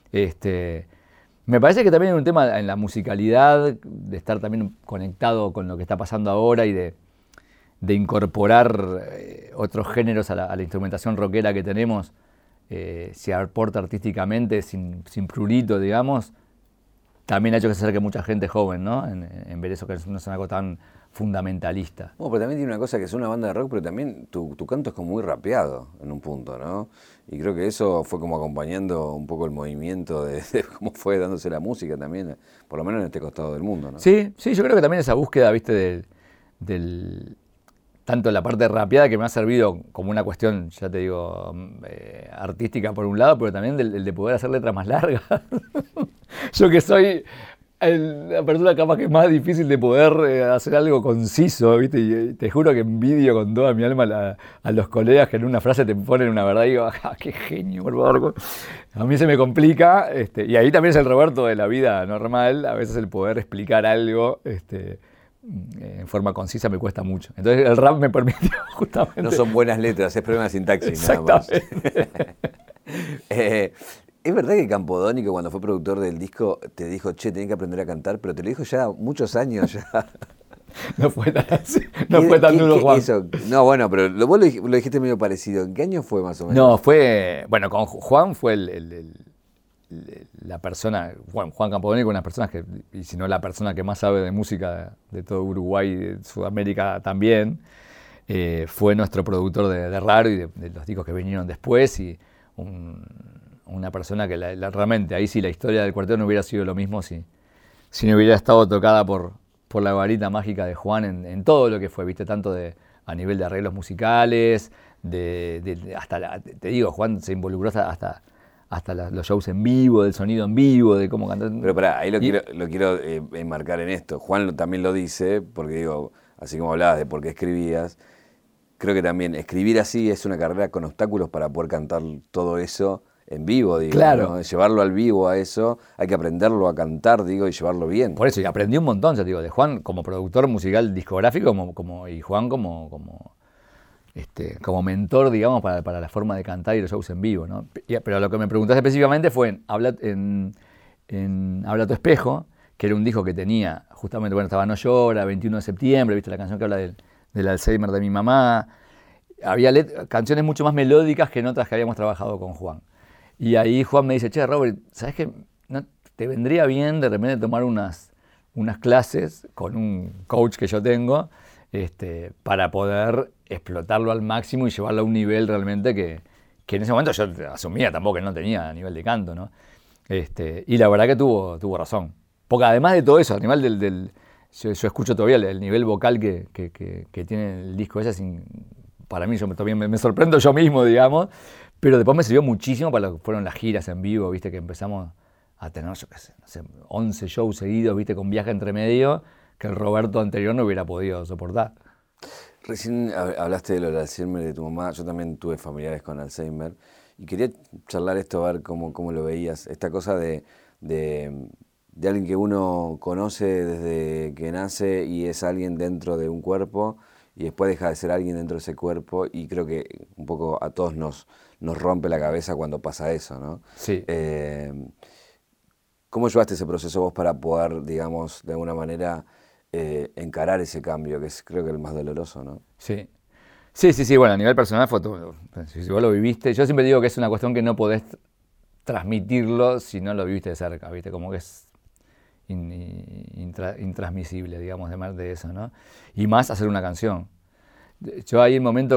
Me parece que también hay un tema en la musicalidad, de estar también conectado con lo que está pasando ahora y de incorporar otros géneros a la instrumentación rockera que tenemos, se aporta artísticamente sin prurito, digamos, también ha hecho que se acerque mucha gente joven, ¿no? En ver eso que no es algo tan fundamentalista. Bueno, pero también tiene una cosa que es una banda de rock, pero también tu canto es como muy rapeado en un punto, ¿no? Y creo que eso fue como acompañando un poco el movimiento de cómo fue dándose la música también, por lo menos en este costado del mundo, ¿no? Sí, yo creo que también esa búsqueda, ¿viste? Tanto la parte rapeada que me ha servido como una cuestión, ya te digo, artística por un lado, pero también el de poder hacer letras más largas. Yo que soy la persona capaz que es más difícil de poder hacer algo conciso, ¿viste? Y te juro que envidio con toda mi alma a los colegas que en una frase te ponen una verdad y digo, qué genio, por favor. A mí se me complica, y ahí también es el Roberto de la vida normal, a veces el poder explicar algo, en forma concisa me cuesta mucho. Entonces el rap me permitió justamente... No son buenas letras, es problema de sintaxis nada más. ¿Es verdad que Campodónico cuando fue productor del disco te dijo, che, tenés que aprender a cantar, pero te lo dijo ya muchos años ya? No fue tan así, no fue tan duro, Juan. No, bueno, pero vos lo dijiste medio parecido. ¿En qué año fue más o menos? No, bueno, con Juan fue la persona, Juan Campodónico, una persona que, y si no la persona que más sabe de música de todo Uruguay y de Sudamérica también, fue nuestro productor de Raro y de los discos que vinieron después y una persona que realmente ahí sí la historia del cuarteto no hubiera sido lo mismo si no hubiera estado tocada por la varita mágica de Juan en todo lo que fue, ¿viste? Tanto a nivel de arreglos musicales, hasta te digo, Juan se involucró hasta los shows en vivo, del sonido en vivo, de cómo cantar. Pero pará, ahí lo quiero enmarcar en esto. Juan también lo dice, porque digo, así como hablabas de por qué escribías, creo que también escribir así es una carrera con obstáculos para poder cantar todo eso en vivo, digo. Claro. ¿no? Llevarlo al vivo a eso, hay que aprenderlo a cantar, digo, y llevarlo bien. Por eso, y aprendí un montón, ya te digo, de Juan como productor musical discográfico y Juan como mentor, digamos, para la forma de cantar y los shows en vivo, ¿no? Pero lo que me preguntaste específicamente fue en Habla tu espejo, que era un disco que tenía, justamente, bueno, estaba No Llora, 21 de septiembre, ¿viste? La canción que habla del Alzheimer de mi mamá. Había canciones mucho más melódicas que en otras que habíamos trabajado con Juan. Y ahí Juan me dice, che, Robert, ¿sabes qué? ¿No te vendría bien de repente tomar unas clases con un coach que yo tengo para poder explotarlo al máximo y llevarlo a un nivel realmente que en ese momento yo asumía tampoco que no tenía a nivel de canto, ¿no? Y la verdad que tuvo razón. Porque además de todo eso, a nivel yo escucho todavía el nivel vocal que tiene el disco ese, para mí yo también me sorprendo yo mismo, digamos, pero después me sirvió muchísimo para lo que fueron las giras en vivo, ¿viste? Que empezamos a tener, yo qué sé, no sé, 11 shows seguidos, ¿viste? Con viaje entre medio, que el Roberto anterior no hubiera podido soportar. Recién hablaste de lo del Alzheimer de tu mamá, yo también tuve familiares con Alzheimer, y quería charlar esto, a ver cómo lo veías, esta cosa de alguien que uno conoce desde que nace y es alguien dentro de un cuerpo, y después deja de ser alguien dentro de ese cuerpo, y creo que un poco a todos nos rompe la cabeza cuando pasa eso, ¿no? Sí. ¿Cómo llevaste ese proceso vos para poder, digamos, de alguna manera encarar ese cambio, que es creo que el más doloroso, ¿no? Sí. Sí, bueno, a nivel personal fue todo, si vos lo viviste, yo siempre digo que es una cuestión que no podés transmitirlo si no lo viviste de cerca, ¿viste? Como que es intransmisible, digamos, de eso, ¿no? Y más hacer una canción. Yo ahí el momento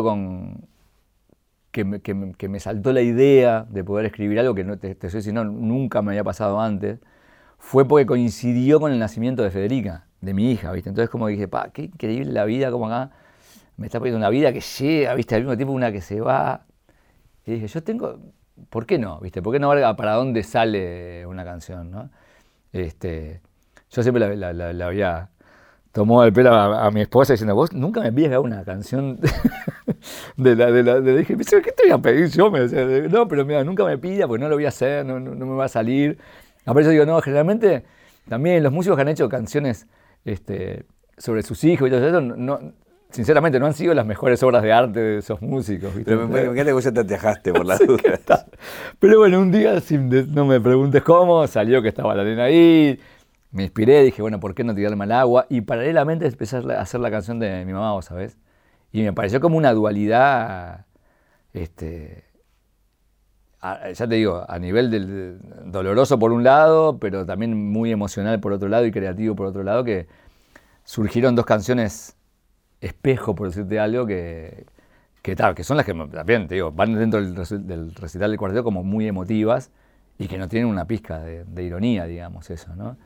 que me saltó la idea de poder escribir algo que no te soy diciendo, nunca me había pasado antes, fue porque coincidió con el nacimiento de Federica, de mi hija, ¿viste? Entonces como dije, qué increíble la vida, como acá me está poniendo una vida que llega, ¿viste? Al mismo tiempo una que se va. Y dije, ¿por qué no? ¿Viste? ¿Por qué no ver para dónde sale una canción, ¿no? Yo siempre la había tomado el pelo a mi esposa diciendo, vos nunca me pides que haga una canción dije, ¿qué te voy a pedir yo? Me decía, no, pero mira, nunca me pida porque no lo voy a hacer, no me va a salir. Aparte yo digo, no, generalmente también los músicos que han hecho canciones sobre sus hijos y todo eso, sinceramente no han sido las mejores obras de arte de esos músicos, ¿viste? Pero me encanta que vos ya te atajaste por las dudas. Pero bueno, un día, no me preguntes cómo, salió que estaba la nena ahí, me inspiré, dije, bueno, ¿por qué no tirarme al agua? Y paralelamente empecé a hacer la canción de mi mamá, ¿sabes? Y me pareció como una dualidad, ya te digo, a nivel doloroso por un lado, pero también muy emocional por otro lado y creativo por otro lado, que surgieron dos canciones espejo, por decirte algo, que son las que también, te digo, van dentro del recital del cuarteto como muy emotivas y que no tienen una pizca de ironía, digamos, eso, ¿no?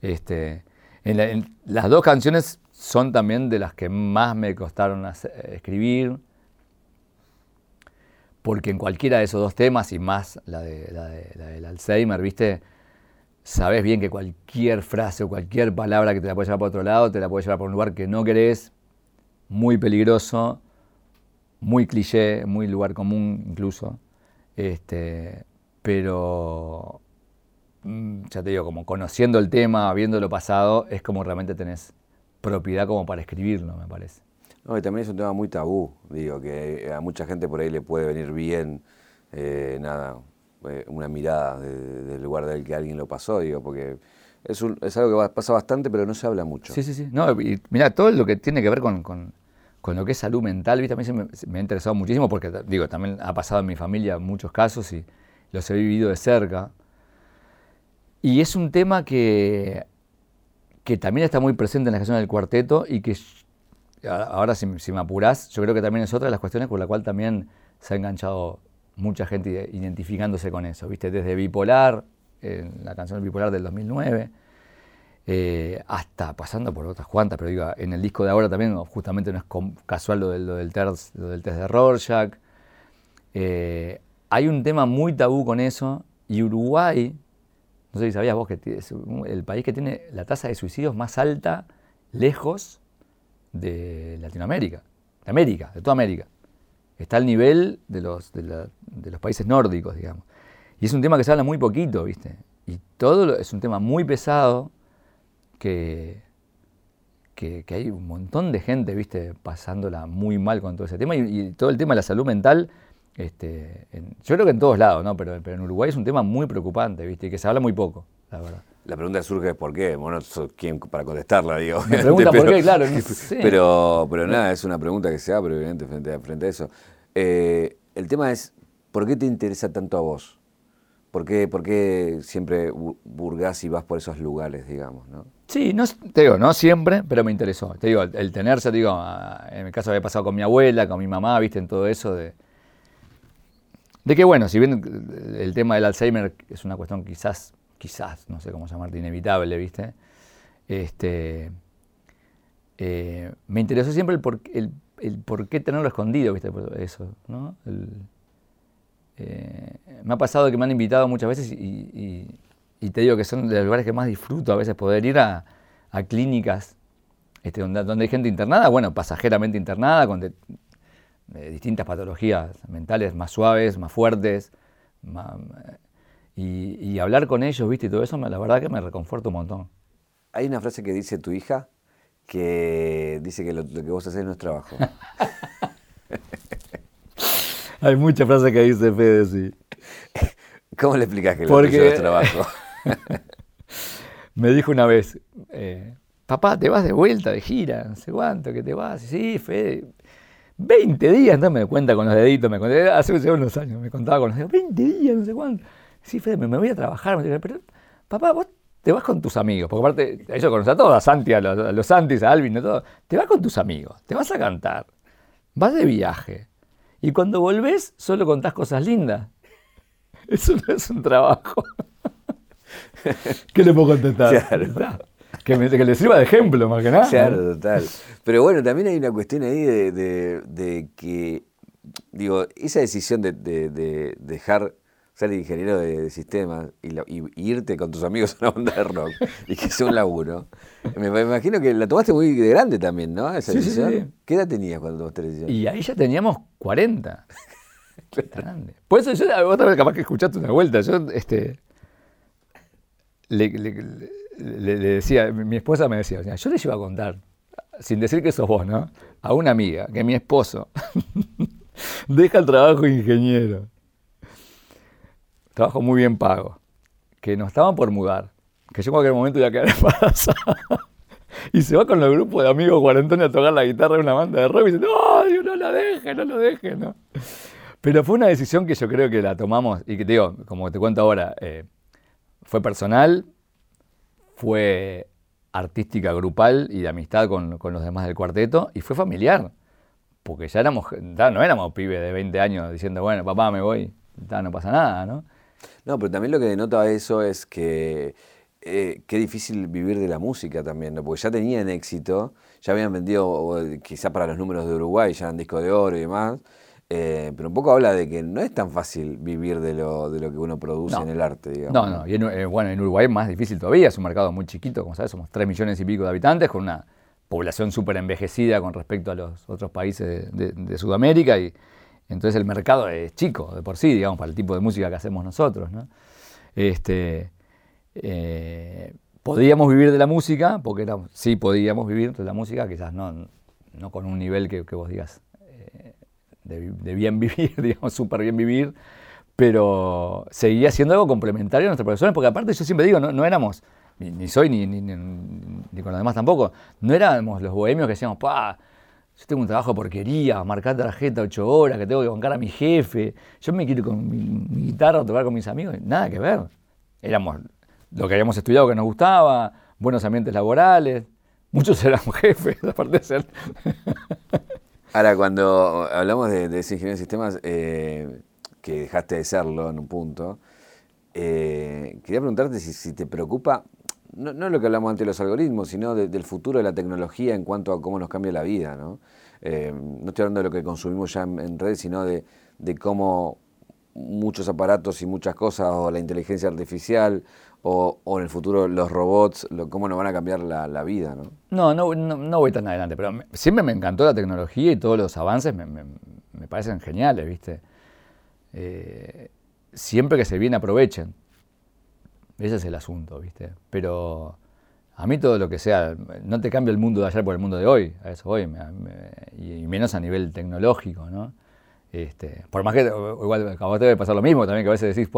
Las dos canciones son también de las que más me costaron escribir, porque en cualquiera de esos dos temas, y más la del Alzheimer, ¿viste? Sabés bien que cualquier frase o cualquier palabra que te la puede llevar por otro lado, te la puede llevar por un lugar que no querés, muy peligroso, muy cliché, muy lugar común incluso, pero ya te digo, como conociendo el tema, viéndolo pasado, es como realmente tenés propiedad como para escribirlo, me parece. No, y también es un tema muy tabú, digo, que a mucha gente por ahí le puede venir bien, una mirada del lugar del que alguien lo pasó, digo, porque es algo que pasa bastante, pero no se habla mucho. Sí. No, y mirá, todo lo que tiene que ver con lo que es salud mental, ¿viste? A mí me ha interesado muchísimo porque, digo, también ha pasado en mi familia muchos casos y los he vivido de cerca. Y es un tema que también está muy presente en las canciones del cuarteto y que ahora, si me apurás, yo creo que también es otra de las cuestiones por la cual también se ha enganchado mucha gente identificándose con eso, ¿viste? Desde Bipolar, la canción Bipolar del 2009, hasta pasando por otras cuantas, pero digo, en el disco de ahora también justamente no es casual lo del test de Rorschach. Hay un tema muy tabú con eso, y Uruguay, no sé si sabías vos que es el país que tiene la tasa de suicidios más alta lejos de Latinoamérica, de toda América. Está al nivel de los países nórdicos, digamos. Y es un tema que se habla muy poquito, ¿viste? Y es un tema muy pesado que hay un montón de gente, ¿viste? Pasándola muy mal con todo ese tema. Y todo el tema de la salud mental, yo creo que en todos lados, ¿no? Pero en Uruguay es un tema muy preocupante, ¿viste? Y que se habla muy poco, la verdad. La pregunta surge es por qué. Bueno, no sos quién para contestarla, digo. Me pregunta por qué, claro. No sé. Pero nada, es una pregunta que se abre, evidentemente, frente a eso. El tema es, ¿por qué te interesa tanto a vos? ¿Por qué siempre burgás y vas por esos lugares, digamos, ¿no? Sí, te digo, no siempre, pero me interesó. Te digo, el tenerse, te digo, en mi caso había pasado con mi abuela, con mi mamá, ¿viste? En todo eso de que, bueno, si bien el tema del Alzheimer es una cuestión quizás, no sé cómo llamarte, inevitable, ¿viste? Me interesó siempre el por qué tenerlo escondido, ¿viste? Por eso, ¿no? Me ha pasado que me han invitado muchas veces y te digo que son de los lugares que más disfruto a veces poder ir a clínicas donde hay gente internada, bueno, pasajeramente internada, con distintas patologías mentales más suaves, más fuertes, y hablar con ellos, ¿viste? Y todo eso, la verdad que me reconforta un montón. Hay una frase que dice tu hija que dice que lo que vos haces no es trabajo. Hay muchas frases que dice Fede, sí. ¿Cómo le explicás que lo tuyo es trabajo? Me dijo una vez, papá, te vas de vuelta de gira, no sé cuánto, que te vas. Sí, Fede, 20 días, entonces me cuenta con los deditos, hace unos años me contaba con los dedos, 20 días, no sé cuánto. Sí, Fede, me voy a trabajar, pero papá, vos te vas con tus amigos, porque aparte, ellos conocen a todos, a Santi, a los Santis, a Alvin, a todo. Te vas con tus amigos, te vas a cantar, vas de viaje, y cuando volvés solo contás cosas lindas. Eso no es un trabajo. ¿Qué le puedo contestar? Claro. Que le sirva de ejemplo, más que nada. Claro, total. Pero bueno, también hay una cuestión ahí de que, digo, esa decisión de dejar ser ingeniero de sistemas y irte con tus amigos a una banda de rock y que sea un laburo, me imagino que la tomaste muy de grande también, ¿no? Esa decisión. Sí. ¿Qué edad tenías cuando tomaste la decisión? Y ahí ya teníamos 40. Grande. Por eso yo, otra vez capaz que escuchaste una vuelta, yo le decía, mi esposa me decía, yo les iba a contar, sin decir que sos vos, ¿no? A una amiga, que mi esposo deja el trabajo de ingeniero, trabajo muy bien pago, que nos estaban por mudar, que yo en cualquier momento iba a quedar embarazada, y se va con los grupos de amigos cuarentones a tocar la guitarra de una banda de rock y dice, no, Dios, no lo deje, ¿no? Pero fue una decisión que yo creo que la tomamos, y que te digo, como te cuento ahora, fue personal, fue artística grupal y de amistad con los demás del cuarteto, y fue familiar, porque ya no éramos pibes de 20 años diciendo, bueno, papá, me voy, no pasa nada, ¿no? No, pero también lo que denota eso es que qué difícil vivir de la música también, ¿no? Porque ya tenían éxito, ya habían vendido, quizá para los números de Uruguay, ya eran disco de oro y demás, pero un poco habla de que no es tan fácil vivir de lo que uno produce en el arte, digamos. No, y en Uruguay es más difícil todavía, es un mercado muy chiquito, como sabes, somos 3 millones y pico de habitantes, con una población súper envejecida con respecto a los otros países de Sudamérica, y entonces el mercado es chico de por sí, digamos, para el tipo de música que hacemos nosotros, ¿no? Podíamos vivir de la música, porque sí podíamos vivir de la música, quizás no con un nivel que vos digas de bien vivir, digamos, súper bien vivir, pero seguía siendo algo complementario a nuestras profesiones, porque aparte yo siempre digo, no éramos, ni soy ni con los demás tampoco, no éramos los bohemios que decíamos, yo tengo un trabajo de porquería, marcar tarjeta 8 horas, que tengo que bancar a mi jefe, yo me quiero ir con mi guitarra a tocar con mis amigos, nada que ver. Éramos lo que habíamos estudiado que nos gustaba, buenos ambientes laborales, muchos éramos jefes, aparte de ser... Ahora, cuando hablamos de ese ingeniero de sistemas, que dejaste de serlo en un punto, quería preguntarte si te preocupa, no lo que hablamos antes de los algoritmos, sino del futuro de la tecnología en cuanto a cómo nos cambia la vida, ¿no? No estoy hablando de lo que consumimos ya en redes, sino de cómo muchos aparatos y muchas cosas, o la inteligencia artificial, o en el futuro los robots, cómo nos van a cambiar la vida, ¿no? No voy tan adelante, pero siempre me encantó la tecnología y todos los avances me parecen geniales, ¿viste? Siempre que se bien aprovechen. Ese es el asunto, ¿viste? Pero a mí todo lo que sea, no te cambia el mundo de ayer por el mundo de hoy, a eso voy, y menos a nivel tecnológico, ¿no? Por más que igual a vos te debe pasar lo mismo también, que a veces decís,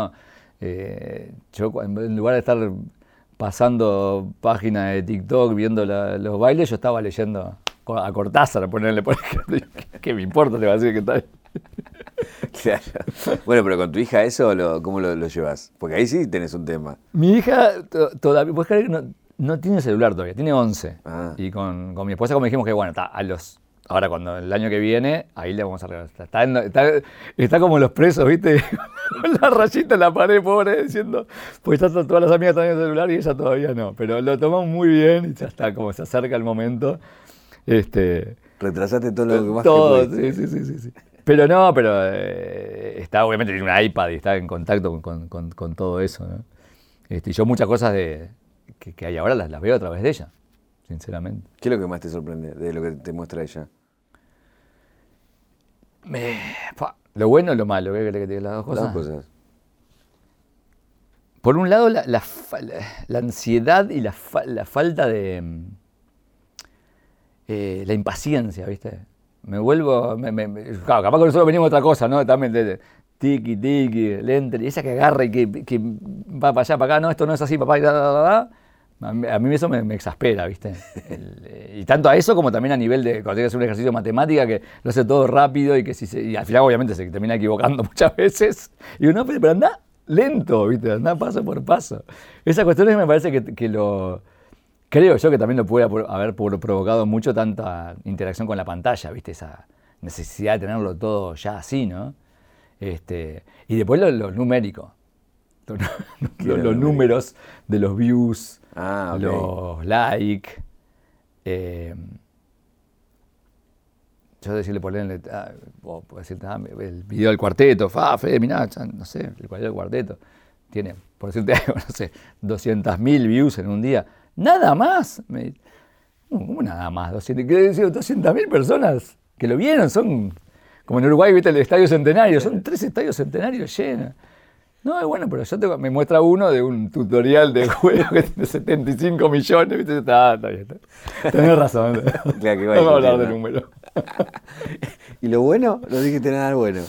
yo en lugar de estar pasando páginas de TikTok viendo los bailes, yo estaba leyendo a Cortázar, ponerle por ejemplo, ¿qué me importa? Le va a decir que tal. Claro. Bueno, pero con tu hija eso, ¿cómo lo llevas? Porque ahí sí tenés un tema. Mi hija todavía, puedes creer que no tiene celular todavía, tiene 11. Y con mi esposa como dijimos que bueno, ahora cuando el año que viene, ahí le vamos a regalar. Está como los presos, ¿viste? Con la rayita en la pared, pobre, diciendo, pues todas las amigas están en el celular y ella todavía no. Pero lo tomamos muy bien y ya está, como se acerca el momento. Retrasaste todo lo que más todo, que sí. Pero está, obviamente tiene un iPad y está en contacto con todo eso, ¿no? Y yo muchas cosas que hay ahora las veo a través de ella, sinceramente. ¿Qué es lo que más te sorprende de lo que te muestra ella? Lo bueno o lo malo, ¿qué crees que te diga las dos cosas? Las dos cosas. Por un lado, la ansiedad y la falta de... la impaciencia, ¿viste? Me vuelvo... claro, capaz con nosotros venimos otra cosa, ¿no? También tiki, lente, esa que agarra y que va para allá, para acá, no, esto no es así, papá, A mí eso me exaspera, ¿viste? Y tanto a eso como también a nivel de cuando tienes que hacer un ejercicio de matemática que lo hace todo rápido y que y al final obviamente se termina equivocando muchas veces. Y uno, pero anda lento, ¿viste? Anda paso por paso. Esa cuestión me parece que lo... Creo yo que también lo puede haber provocado mucho tanta interacción con la pantalla, ¿viste? Esa necesidad de tenerlo todo ya así, ¿no? Y después lo numérico. Los números de los views, okay. los likes. Yo decirle ponerle, el video del cuarteto, Fede, mirá, no sé, el video del cuarteto tiene, por decirte algo, no sé, 200.000 views en un día. Nada más. ¿Cómo nada más? 200.000 personas que lo vieron, son como en Uruguay, viste el Estadio Centenario, son 3 estadios centenarios llenos. No, bueno, pero me muestra uno de un tutorial de juego que tiene 75 millones, ¿viste? Está bien. Tenés razón. Claro, que vamos a hablar de números. ¿Y lo bueno? No dijiste nada bueno.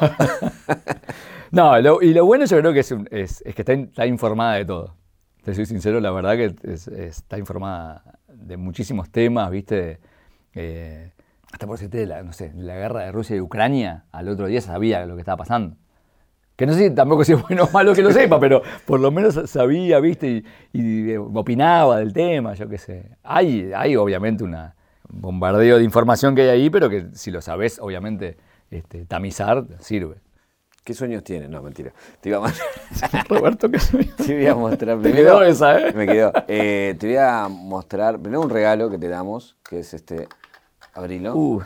No, y lo bueno yo creo que es que está informada de todo. Te soy sincero, la verdad que está informada de muchísimos temas, ¿viste? Hasta por decirte, la guerra de Rusia y Ucrania, al otro día sabía lo que estaba pasando. Que no sé tampoco si es bueno o malo que lo sepa, pero por lo menos sabía, ¿viste? Y opinaba del tema, yo qué sé. Hay obviamente un bombardeo de información que hay ahí, pero que si lo sabés, obviamente, tamizar, sirve. ¿Qué sueños tienes? No, mentira. Te iba a mostrar. Roberto, ¿qué sueños? Te voy a mostrar Te primero. quedó esa, ¿eh? Me quedó. Te voy a mostrar primero un regalo que te damos, que es abrilo.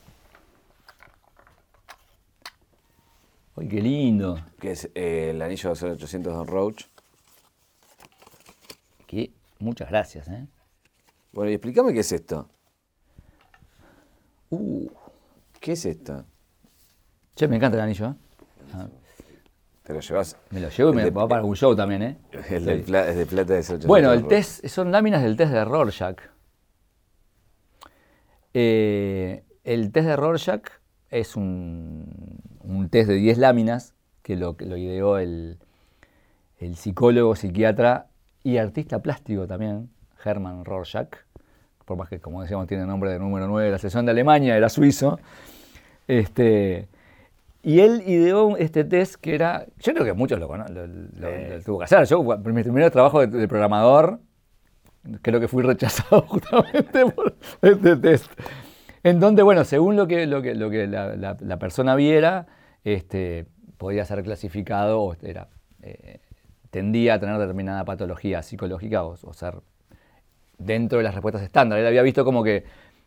¡Ay, qué lindo! Que es el anillo 0800 Don Roach. Muchas gracias, ¿eh? Bueno, y explícame qué es esto. ¿Qué es esto? Che, me encanta el anillo, ¿eh? Te lo llevas. Me lo llevo y me va para un show también, ¿eh? Es de plata de 0800. Bueno, son láminas del test de Rorschach. El test de Rorschach es un test de 10 láminas que lo ideó el psicólogo, psiquiatra y artista plástico también, Hermann Rorschach, por más que, como decíamos, tiene nombre de número 9 de la sección de Alemania, era suizo. Y él ideó este test que era, yo creo que muchos lo tuvo que hacer. Yo, mi primer trabajo de programador, creo que fui rechazado justamente por este test. En donde, bueno, según lo que la persona viera, podía ser clasificado o tendía a tener determinada patología psicológica o ser dentro de las respuestas estándar. Él había visto como que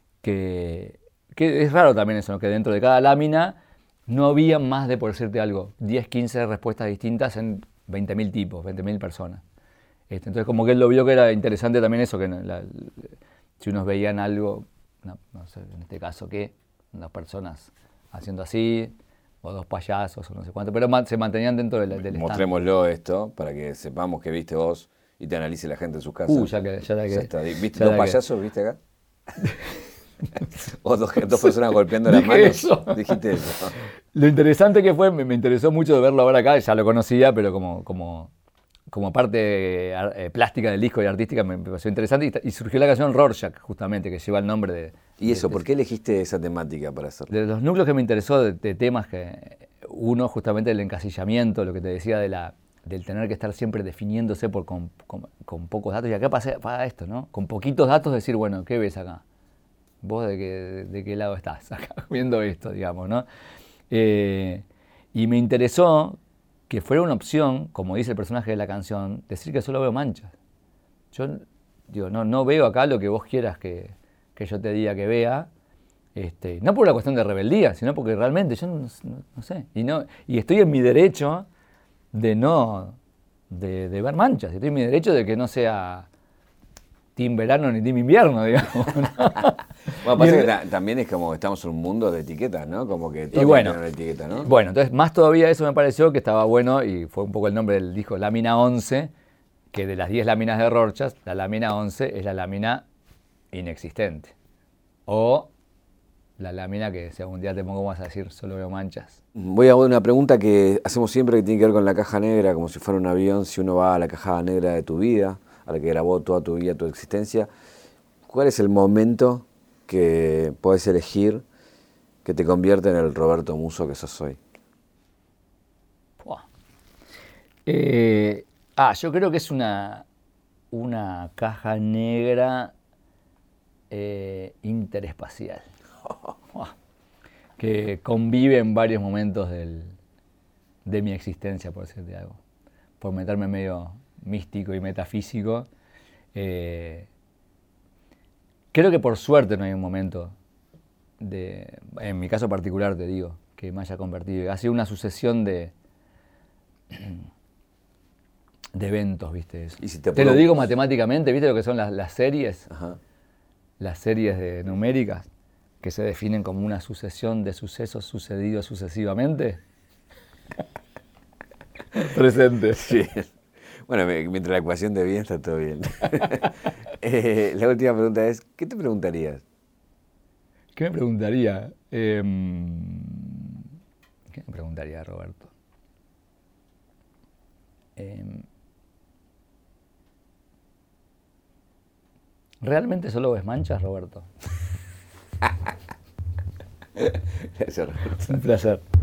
es raro también eso, ¿no? Que dentro de cada lámina no había más de, por decirte algo, 10, 15 respuestas distintas en 20.000 tipos, 20.000 personas. Entonces como que él lo vio que era interesante también eso, que si unos veían algo, no sé, en este caso que unas personas haciendo así, o 2 payasos, o no sé cuánto, pero se mantenían dentro del stand. Mostrémoslo esto, para que sepamos que viste vos y te analice la gente en sus casas. Ya está. ¿Viste 2 payasos, viste acá? O dos personas golpeando las manos. Eso. Dijiste eso. Lo interesante que fue, me interesó mucho de verlo ahora acá, ya lo conocía, pero como parte plástica del disco y artística me pareció interesante y surgió la canción Rorschach, justamente, que lleva el nombre de... ¿Y eso? ¿Por qué elegiste esa temática para hacerlo? De los núcleos que me interesó de temas que... Uno, justamente el encasillamiento, lo que te decía del tener que estar siempre definiéndose con pocos datos. Y acá pasa esto, ¿no? Con poquitos datos decir, bueno, ¿qué ves acá? ¿Vos de qué lado estás acá viendo esto, digamos, ¿no? Y me interesó que fuera una opción, como dice el personaje de la canción, decir que solo veo manchas. Yo digo, no veo acá lo que vos quieras que yo te diga que vea, no por una cuestión de rebeldía, sino porque realmente yo no sé. Y estoy en mi derecho de ver manchas, estoy en mi derecho de que no sea team verano ni team invierno, digamos, ¿no? Bueno, pasa que también es como que estamos en un mundo de etiquetas, ¿no? Como que todo tiene una etiqueta, ¿no? Bueno, entonces más todavía eso me pareció que estaba bueno y fue un poco el nombre del disco Lámina 11, que de las 10 láminas de Rorschach, la lámina 11 es la lámina inexistente. O la lámina que si algún día te pongo vas a decir solo veo manchas. Voy a hacer una pregunta que hacemos siempre que tiene que ver con la caja negra, como si fuera un avión, si uno va a la caja negra de tu vida. a la que grabó toda tu vida, tu existencia. ¿Cuál es el momento que podés elegir que te convierte en el Roberto Musso que sos hoy? Yo creo que es una caja negra interespacial que convive en varios momentos de mi existencia, por decirte algo. Por meterme medio místico y metafísico, creo que por suerte no hay un momento, en mi caso particular te digo, que me haya convertido. Ha sido una sucesión de eventos, ¿viste? Eso. ¿Y si te lo digo matemáticamente, ¿viste lo que son las series? Ajá. Las series numéricas, que se definen como una sucesión de sucesos sucedidos sucesivamente. Presente. Sí. Bueno, mientras la ecuación de bien está todo bien. La última pregunta es, ¿qué te preguntarías? ¿Qué me preguntaría? ¿Qué me preguntaría, Roberto? ¿Realmente solo ves manchas, Roberto? Gracias, Roberto. Un placer.